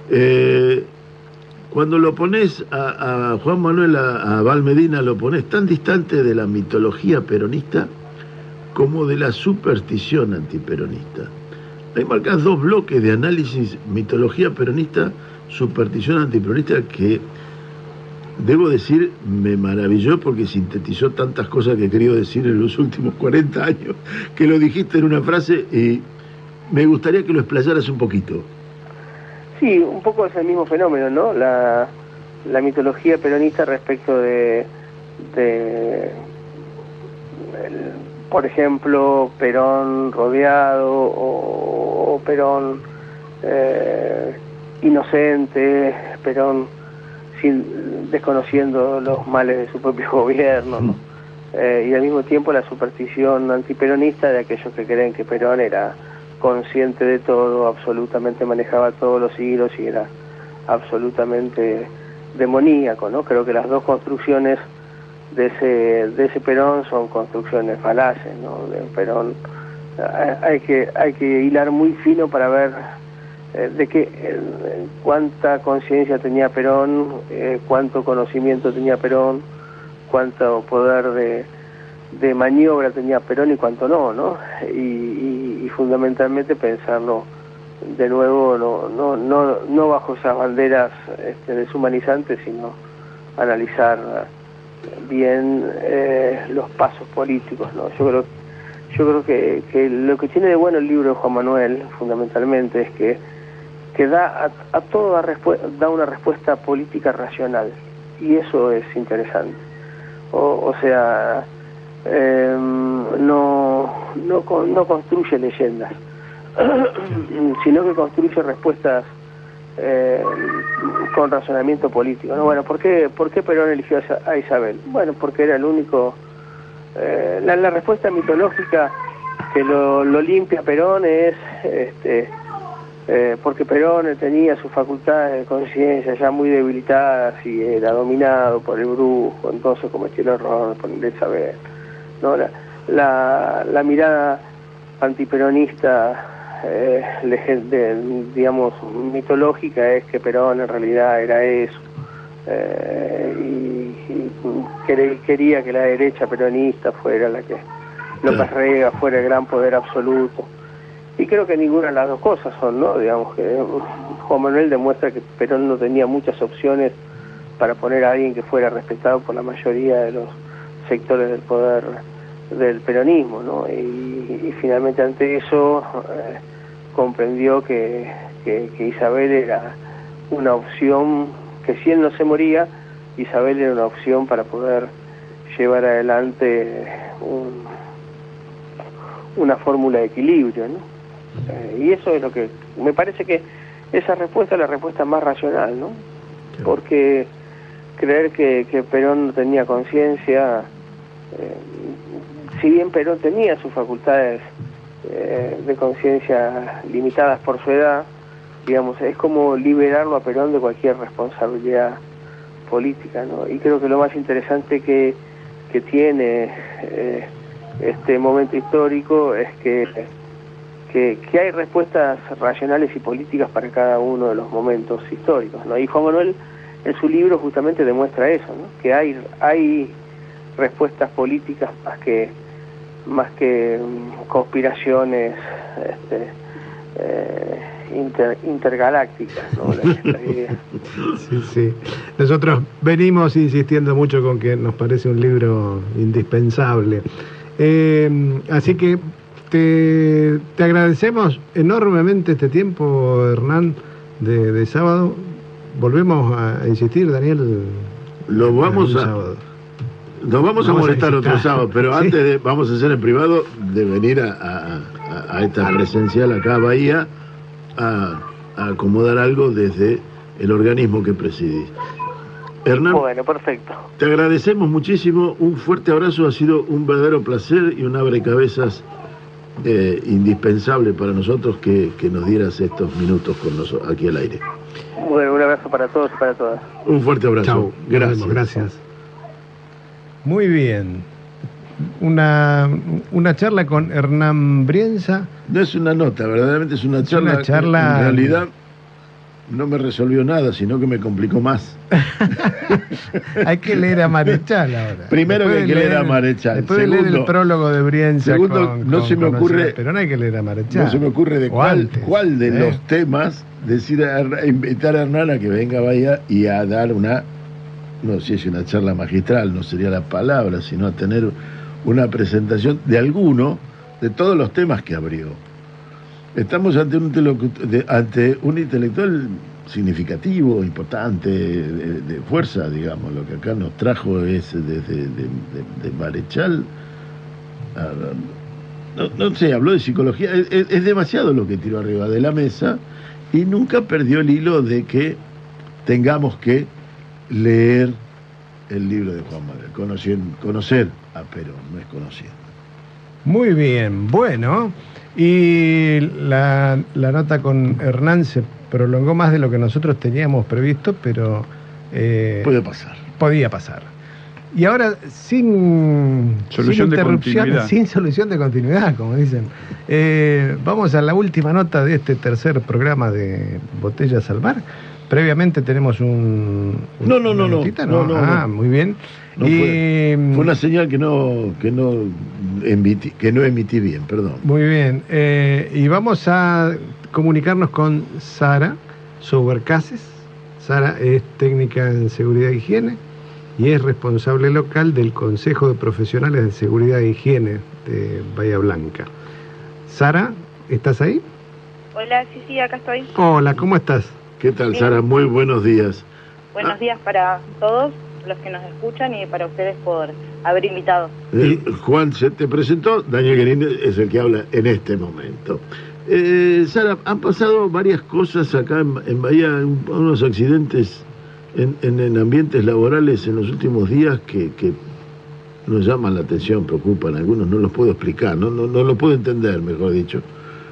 Cuando lo pones a Juan Manuel, a Val Medina, lo pones tan distante de la mitología peronista como de la superstición antiperonista. Ahí marcas dos bloques de análisis: mitología peronista, superstición antiperonista, que debo decir me maravilló porque sintetizó tantas cosas que he querido decir en los últimos 40 años, que lo dijiste en una frase y me gustaría que lo explayaras un poquito. Sí, un poco es el mismo fenómeno, ¿no? La mitología peronista respecto por ejemplo, Perón rodeado o Perón inocente, Perón desconociendo los males de su propio gobierno, ¿no? Y al mismo tiempo la superstición antiperonista de aquellos que creen que Perón era consciente de todo, absolutamente manejaba todos los hilos y era absolutamente demoníaco, ¿no? Creo que las dos construcciones de ese Perón son construcciones falaces, ¿no? De Perón hay que hilar muy fino para ver cuánta conciencia tenía Perón, cuánto conocimiento tenía Perón, cuánto poder de maniobra tenía Perón y cuánto no, y fundamentalmente pensarlo de nuevo no bajo esas banderas deshumanizantes, sino analizar bien los pasos políticos, ¿no? Yo creo que lo que tiene de bueno el libro de Juan Manuel fundamentalmente es que da a todo da una respuesta política racional, y eso es interesante. O sea, no construye leyendas, sino que construye respuestas con razonamiento político, ¿no? Bueno, ¿por qué Perón eligió a Isabel? Bueno, porque era el único. La respuesta mitológica que lo limpia Perón es porque Perón tenía sus facultades de conciencia ya muy debilitadas y era dominado por el brujo, entonces cometió el error de ponerle Isabel, ¿no? La mirada antiperonista digamos mitológica es que Perón en realidad era eso, y quería que la derecha peronista fuera la que López Rega fuera el gran poder absoluto, y creo que ninguna de las dos cosas son, ¿no? Digamos que Juan Manuel demuestra que Perón no tenía muchas opciones para poner a alguien que fuera respetado por la mayoría de los sectores del poder del peronismo, ¿no? Y finalmente ante eso comprendió que Isabel era una opción, que si él no se moría, Isabel era una opción para poder llevar adelante una fórmula de equilibrio, ¿no? Y eso es lo que me parece que esa respuesta es la respuesta más racional, ¿no? Porque creer que Perón no tenía conciencia, si bien Perón tenía sus facultades de conciencia limitadas por su edad, digamos, es como liberarlo a Perón de cualquier responsabilidad política, ¿no? Y creo que lo más interesante que tiene este momento histórico es que que hay respuestas racionales y políticas para cada uno de los momentos históricos, ¿no? Y Juan Manuel en su libro justamente demuestra eso, ¿no? Que hay respuestas políticas más que conspiraciones intergalácticas, ¿no? Sí. Nosotros venimos insistiendo mucho con que nos parece un libro indispensable. Así que te agradecemos enormemente este tiempo, Hernán, de sábado. Volvemos a insistir, Daniel. Nos vamos a molestar otro sábado, pero Sí. antes vamos a hacer en privado de venir a esta presencial acá a Bahía a acomodar algo desde el organismo que presidís. Hernán, Bueno, perfecto. te agradecemos muchísimo, un fuerte abrazo, ha sido un verdadero placer y un abrecabezas indispensable para nosotros que nos dieras estos minutos con nosotros aquí al aire. Bueno, un abrazo para todos y para todas. Un fuerte abrazo. Chau. Gracias. Gracias. Muy bien. Una charla con Hernán Brienza. No es una nota, verdaderamente es una charla. Una charla- que en realidad no me resolvió nada, sino que me complicó más. Hay que leer a Marechal ahora. Primero Después que hay que de leer a Marechal. Después de leer el Segundo- prólogo de Brienza. segundo, no se me ocurre- Pero no hay que leer a Marechal. No se me ocurre de O cuál antes, de los temas decir invitar a Hernán a que venga a Bahía y a dar no sé si una charla magistral, no sería la palabra, sino a tener una presentación de alguno de todos los temas que abrió. Estamos ante un intelectual significativo, importante, de fuerza, digamos. Lo que acá nos trajo es desde de Marechal. No sé, habló de psicología. Es demasiado lo que tiró arriba de la mesa y nunca perdió el hilo de que tengamos que leer el libro de Juan Manuel, conocer a Perón, no es conociendo. Muy bien, bueno. Y la nota con Hernán se prolongó más de lo que nosotros teníamos previsto, pero Puede pasar. podía pasar. Y ahora, sin Solución de continuidad. sin solución de continuidad, como dicen, vamos a la última nota de este tercer programa de Botellas al Mar. Previamente tenemos una notita, no. Muy bien. No fue una señal que no emití bien, perdón. Muy bien. Y vamos a comunicarnos con Sara Sobercases. Sara es técnica en seguridad e higiene y es responsable local del Consejo de Profesionales de Seguridad e Higiene de Bahía Blanca. Sara, ¿estás ahí? Hola, sí, acá estoy. Hola, ¿cómo estás? ¿Qué tal, Bien. Sara? Muy buenos días. Buenos días para todos los que nos escuchan y para ustedes por haber invitado. Juan se te presentó, Daniel Guerín es el que habla en este momento. Sara, han pasado varias cosas acá en Bahía, unos accidentes en ambientes laborales en los últimos días que nos llaman la atención, preocupan, algunos no los puedo explicar, no lo puedo entender, mejor dicho.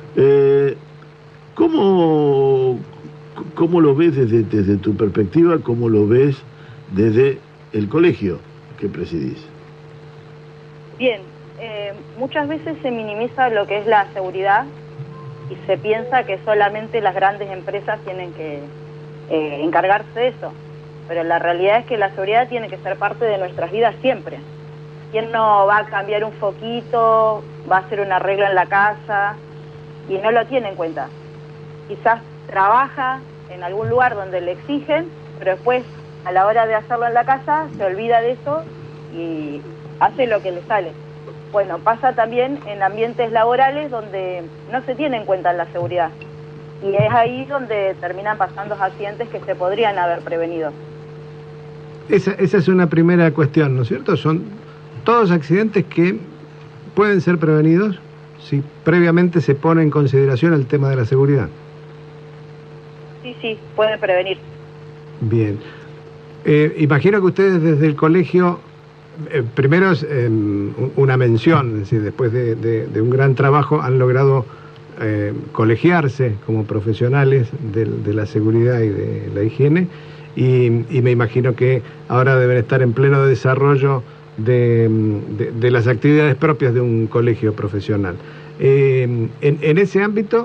¿Cómo lo ves desde tu perspectiva? ¿Cómo lo ves desde el colegio que presidís? Bien, muchas veces se minimiza lo que es la seguridad y se piensa que solamente las grandes empresas tienen que encargarse de eso. Pero la realidad es que la seguridad tiene que ser parte de nuestras vidas siempre. ¿Quién no va a cambiar un foquito, va a hacer un arreglo en la casa y no lo tiene en cuenta? Quizás trabaja en algún lugar donde le exigen, pero después a la hora de hacerlo en la casa se olvida de eso y hace lo que le sale. Bueno, pasa también en ambientes laborales donde no se tiene en cuenta la seguridad y es ahí donde terminan pasando accidentes que se podrían haber prevenido. Esa es una primera cuestión, ¿no es cierto? Son todos accidentes que pueden ser prevenidos si previamente se pone en consideración el tema de la seguridad. Sí, puede prevenir. Bien. Imagino que ustedes desde el colegio, primero es una mención, es decir, después de un gran trabajo han logrado colegiarse como profesionales de la seguridad y de la higiene y me imagino que ahora deben estar en pleno desarrollo de las actividades propias de un colegio profesional. En ese ámbito,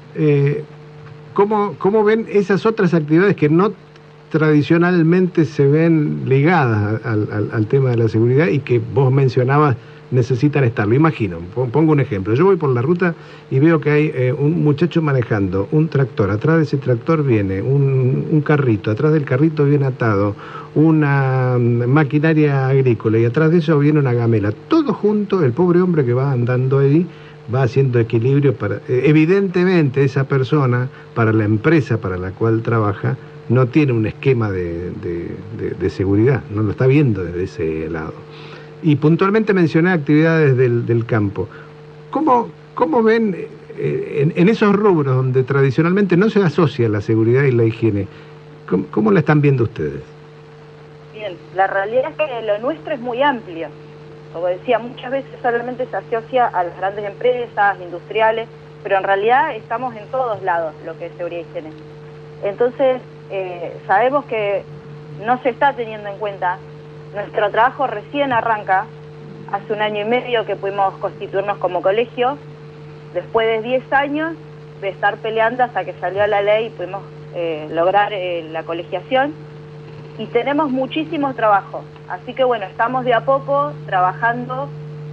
¿cómo ven esas otras actividades que no tradicionalmente se ven ligadas al tema de la seguridad y que vos mencionabas necesitan estarlo? Imagino, pongo un ejemplo. Yo voy por la ruta y veo que hay un muchacho manejando un tractor. Atrás de ese tractor viene un carrito. Atrás del carrito viene atado una maquinaria agrícola y atrás de eso viene una gamela. Todo junto, el pobre hombre que va andando ahí va haciendo equilibrio para... evidentemente esa persona, para la empresa para la cual trabaja, no tiene un esquema de seguridad, no lo está viendo desde ese lado. Y puntualmente mencioné actividades del campo. ¿Cómo ven en esos rubros donde tradicionalmente no se asocia la seguridad y la higiene? ¿Cómo la están viendo ustedes? Bien, la realidad es que lo nuestro es muy amplio. Como decía, muchas veces solamente se asocia a las grandes empresas, industriales, pero en realidad estamos en todos lados lo que es seguridad y higiene. Entonces, sabemos que no se está teniendo en cuenta. Nuestro trabajo recién arranca, hace 1 año y medio que pudimos constituirnos como colegio, después de 10 años de estar peleando hasta que salió la ley y pudimos lograr la colegiación, y tenemos muchísimo trabajo, así que bueno, estamos de a poco trabajando,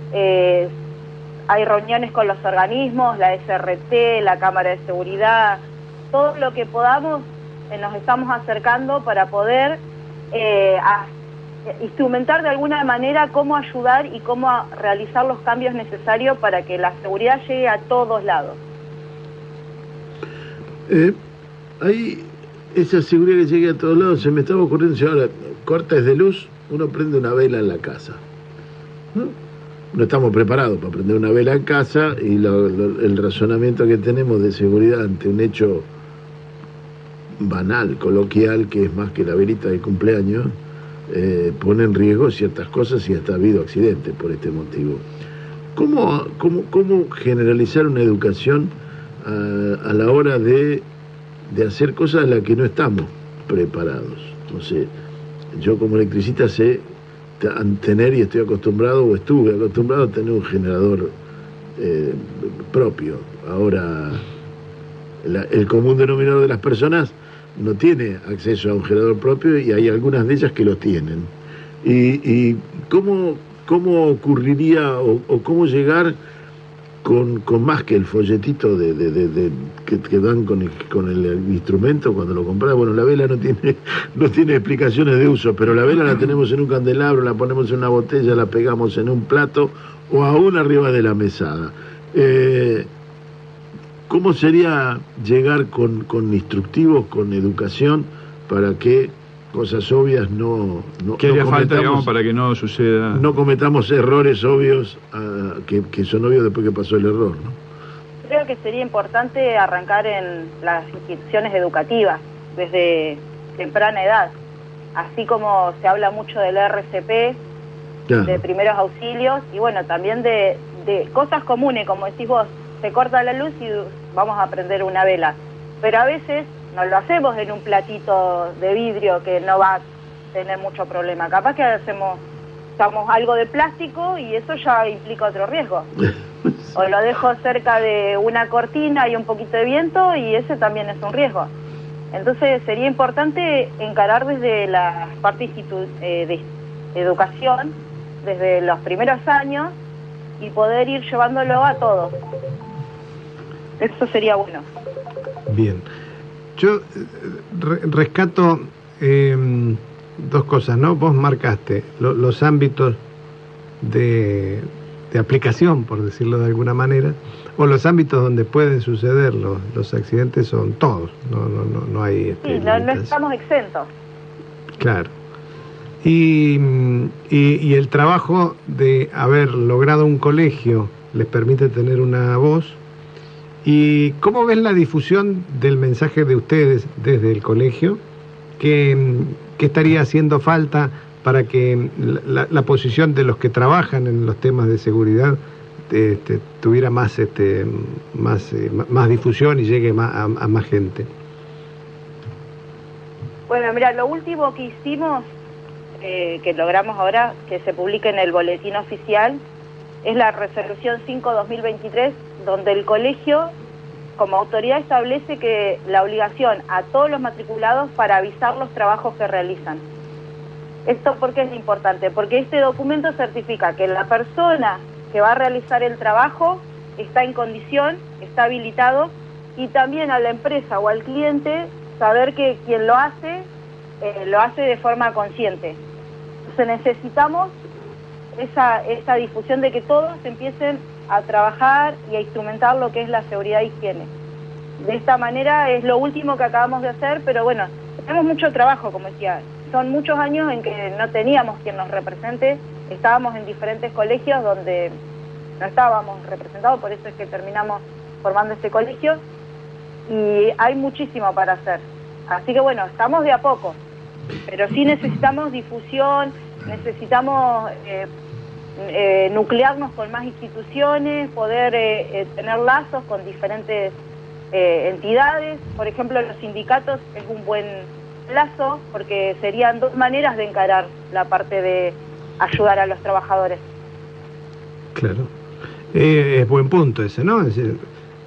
hay reuniones con los organismos, la SRT, la Cámara de Seguridad, todo lo que podamos nos estamos acercando para poder instrumentar de alguna manera cómo ayudar y cómo realizar los cambios necesarios para que la seguridad llegue a todos lados. Hay esa seguridad que llegue a todos lados. Se me estaba ocurriendo, si ahora cortes de luz, uno prende una vela en la casa, ¿no? No estamos preparados para prender una vela en casa y el razonamiento que tenemos de seguridad ante un hecho banal, coloquial, que es más que la velita de cumpleaños, pone en riesgo ciertas cosas y hasta ha habido accidentes por este motivo. ¿Cómo generalizar una educación a la hora de hacer cosas a las que no estamos preparados? No sé, yo como electricista sé tener y estoy acostumbrado, o estuve acostumbrado a tener un generador propio. Ahora, el común denominador de las personas no tiene acceso a un generador propio y hay algunas de ellas que lo tienen. ¿Y cómo ocurriría o cómo llegar con más que el folletito que dan con el instrumento cuando lo compras? Bueno, la vela no tiene explicaciones de uso, pero la vela la tenemos en un candelabro, la ponemos en una botella, la pegamos en un plato o aún arriba de la mesada. ¿Cómo sería llegar con instructivos, con educación, para que cosas obvias no ¿Qué haría falta, digamos, para que no suceda? No cometamos errores obvios que son obvios después que pasó el error, ¿no? Creo que sería importante arrancar en las instituciones educativas desde temprana edad, así como se habla mucho del RCP, claro, de primeros auxilios, y bueno, también de cosas comunes, como decís vos, se corta la luz y vamos a prender una vela, pero a veces no lo hacemos en un platito de vidrio que no va a tener mucho problema, capaz que usamos algo de plástico y eso ya implica otro riesgo, o lo dejo cerca de una cortina y un poquito de viento y ese también es un riesgo. Entonces sería importante encarar desde la parte de educación, desde los primeros años, y poder ir llevándolo a todos. Eso sería bueno. Bien. Yo rescato 2 cosas, ¿no? Vos marcaste los ámbitos de aplicación, por decirlo de alguna manera, o los ámbitos donde pueden suceder los accidentes son todos, no hay... Sí, no estamos exentos. Claro. Y el trabajo de haber logrado un colegio les permite tener una voz. ¿Y cómo ven la difusión del mensaje de ustedes desde el colegio? ¿Qué estaría haciendo falta para que la posición de los que trabajan en los temas de seguridad tuviera más difusión y llegue a más gente? Bueno, mira, lo último que hicimos que logramos ahora que se publique en el boletín oficial es la resolución 5/2023, donde el colegio como autoridad establece que la obligación a todos los matriculados para avisar los trabajos que realizan. ¿Esto por qué es importante? Porque este documento certifica que la persona que va a realizar el trabajo está en condición, está habilitado, y también a la empresa o al cliente saber que quien lo hace de forma consciente. Entonces necesitamos esa difusión de que todos empiecen a trabajar y a instrumentar lo que es la seguridad e higiene. De esta manera es lo último que acabamos de hacer, pero bueno, tenemos mucho trabajo, como decía. Son muchos años en que no teníamos quien nos represente, estábamos en diferentes colegios donde no estábamos representados, por eso es que terminamos formando este colegio, y hay muchísimo para hacer. Así que bueno, estamos de a poco, pero sí necesitamos difusión, necesitamos nuclearnos con más instituciones, poder tener lazos con diferentes entidades. Por ejemplo, los sindicatos es un buen lazo, porque serían dos maneras de encarar la parte de ayudar a los trabajadores. Claro. Es buen punto ese, ¿no? Es decir,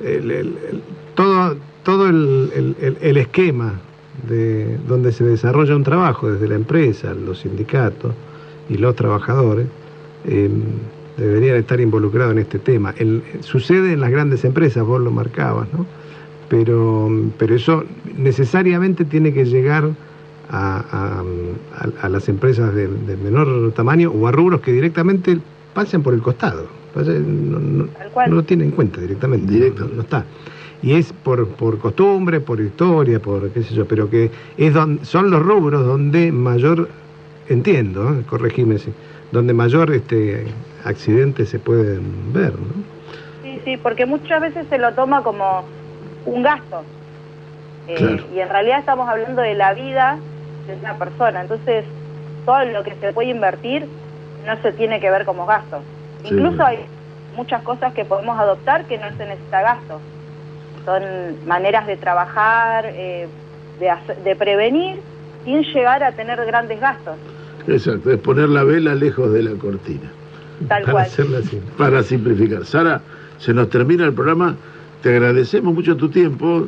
todo el esquema de donde se desarrolla un trabajo, desde la empresa, los sindicatos y los trabajadores, deberían estar involucrados en este tema. Sucede en las grandes empresas, vos lo marcabas, ¿no? Pero eso necesariamente tiene que llegar a las empresas de menor tamaño o a rubros que directamente pasen por el costado. No lo tienen en cuenta directamente. No está. Y es por costumbre, por historia, por qué sé yo, pero que son los rubros donde mayor, entiendo, corregime, donde mayor accidentes se pueden ver, ¿no? Sí, porque muchas veces se lo toma como un gasto, claro. Y en realidad estamos hablando de la vida de una persona, entonces todo lo que se puede invertir no se tiene que ver como gasto. Sí. Incluso hay muchas cosas que podemos adoptar que no se necesita gasto, son maneras de trabajar, de prevenir sin llegar a tener grandes gastos. Exacto, es poner la vela lejos de la cortina. Tal cual. Para simplificar. Sara, se nos termina el programa. Te agradecemos mucho tu tiempo,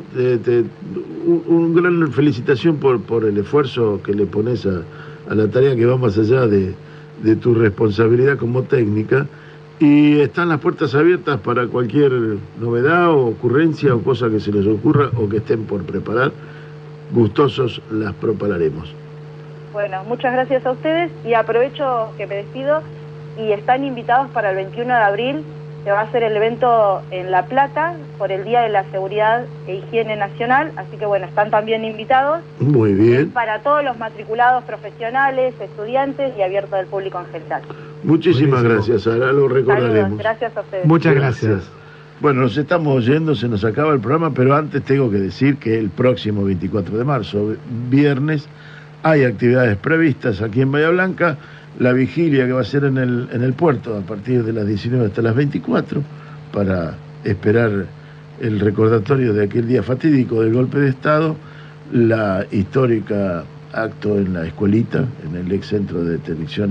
un gran felicitación por el esfuerzo que le pones a la tarea que va más allá de tu responsabilidad como técnica, y están las puertas abiertas para cualquier novedad o ocurrencia o cosa que se les ocurra o que estén por preparar. Gustosos las prepararemos. Bueno, muchas gracias a ustedes, y aprovecho que me despido, y están invitados para el 21 de abril, que va a ser el evento en La Plata por el Día de la Seguridad e Higiene Nacional, así que bueno, están también invitados. Muy bien. Es para todos los matriculados profesionales, estudiantes y abierto al público en general. Muchísimas gracias, Sara, lo recordaremos. Saludos, gracias a ustedes. Muchas gracias. Bueno, nos estamos oyendo, se nos acaba el programa, pero antes tengo que decir que el próximo 24 de marzo, viernes, hay actividades previstas aquí en Bahía Blanca. La vigilia que va a ser en el puerto a partir de las 19 hasta las 24 para esperar el recordatorio de aquel día fatídico del golpe de Estado, la histórica acto en la escuelita, en el ex centro de detención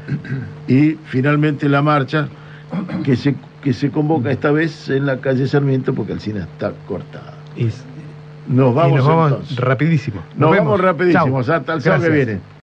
y finalmente la marcha que se convoca esta vez en la calle Sarmiento porque Alsina está cortada. Nos vamos entonces. Rapidísimo. Nos vemos rapidísimo. Hasta el sábado que viene.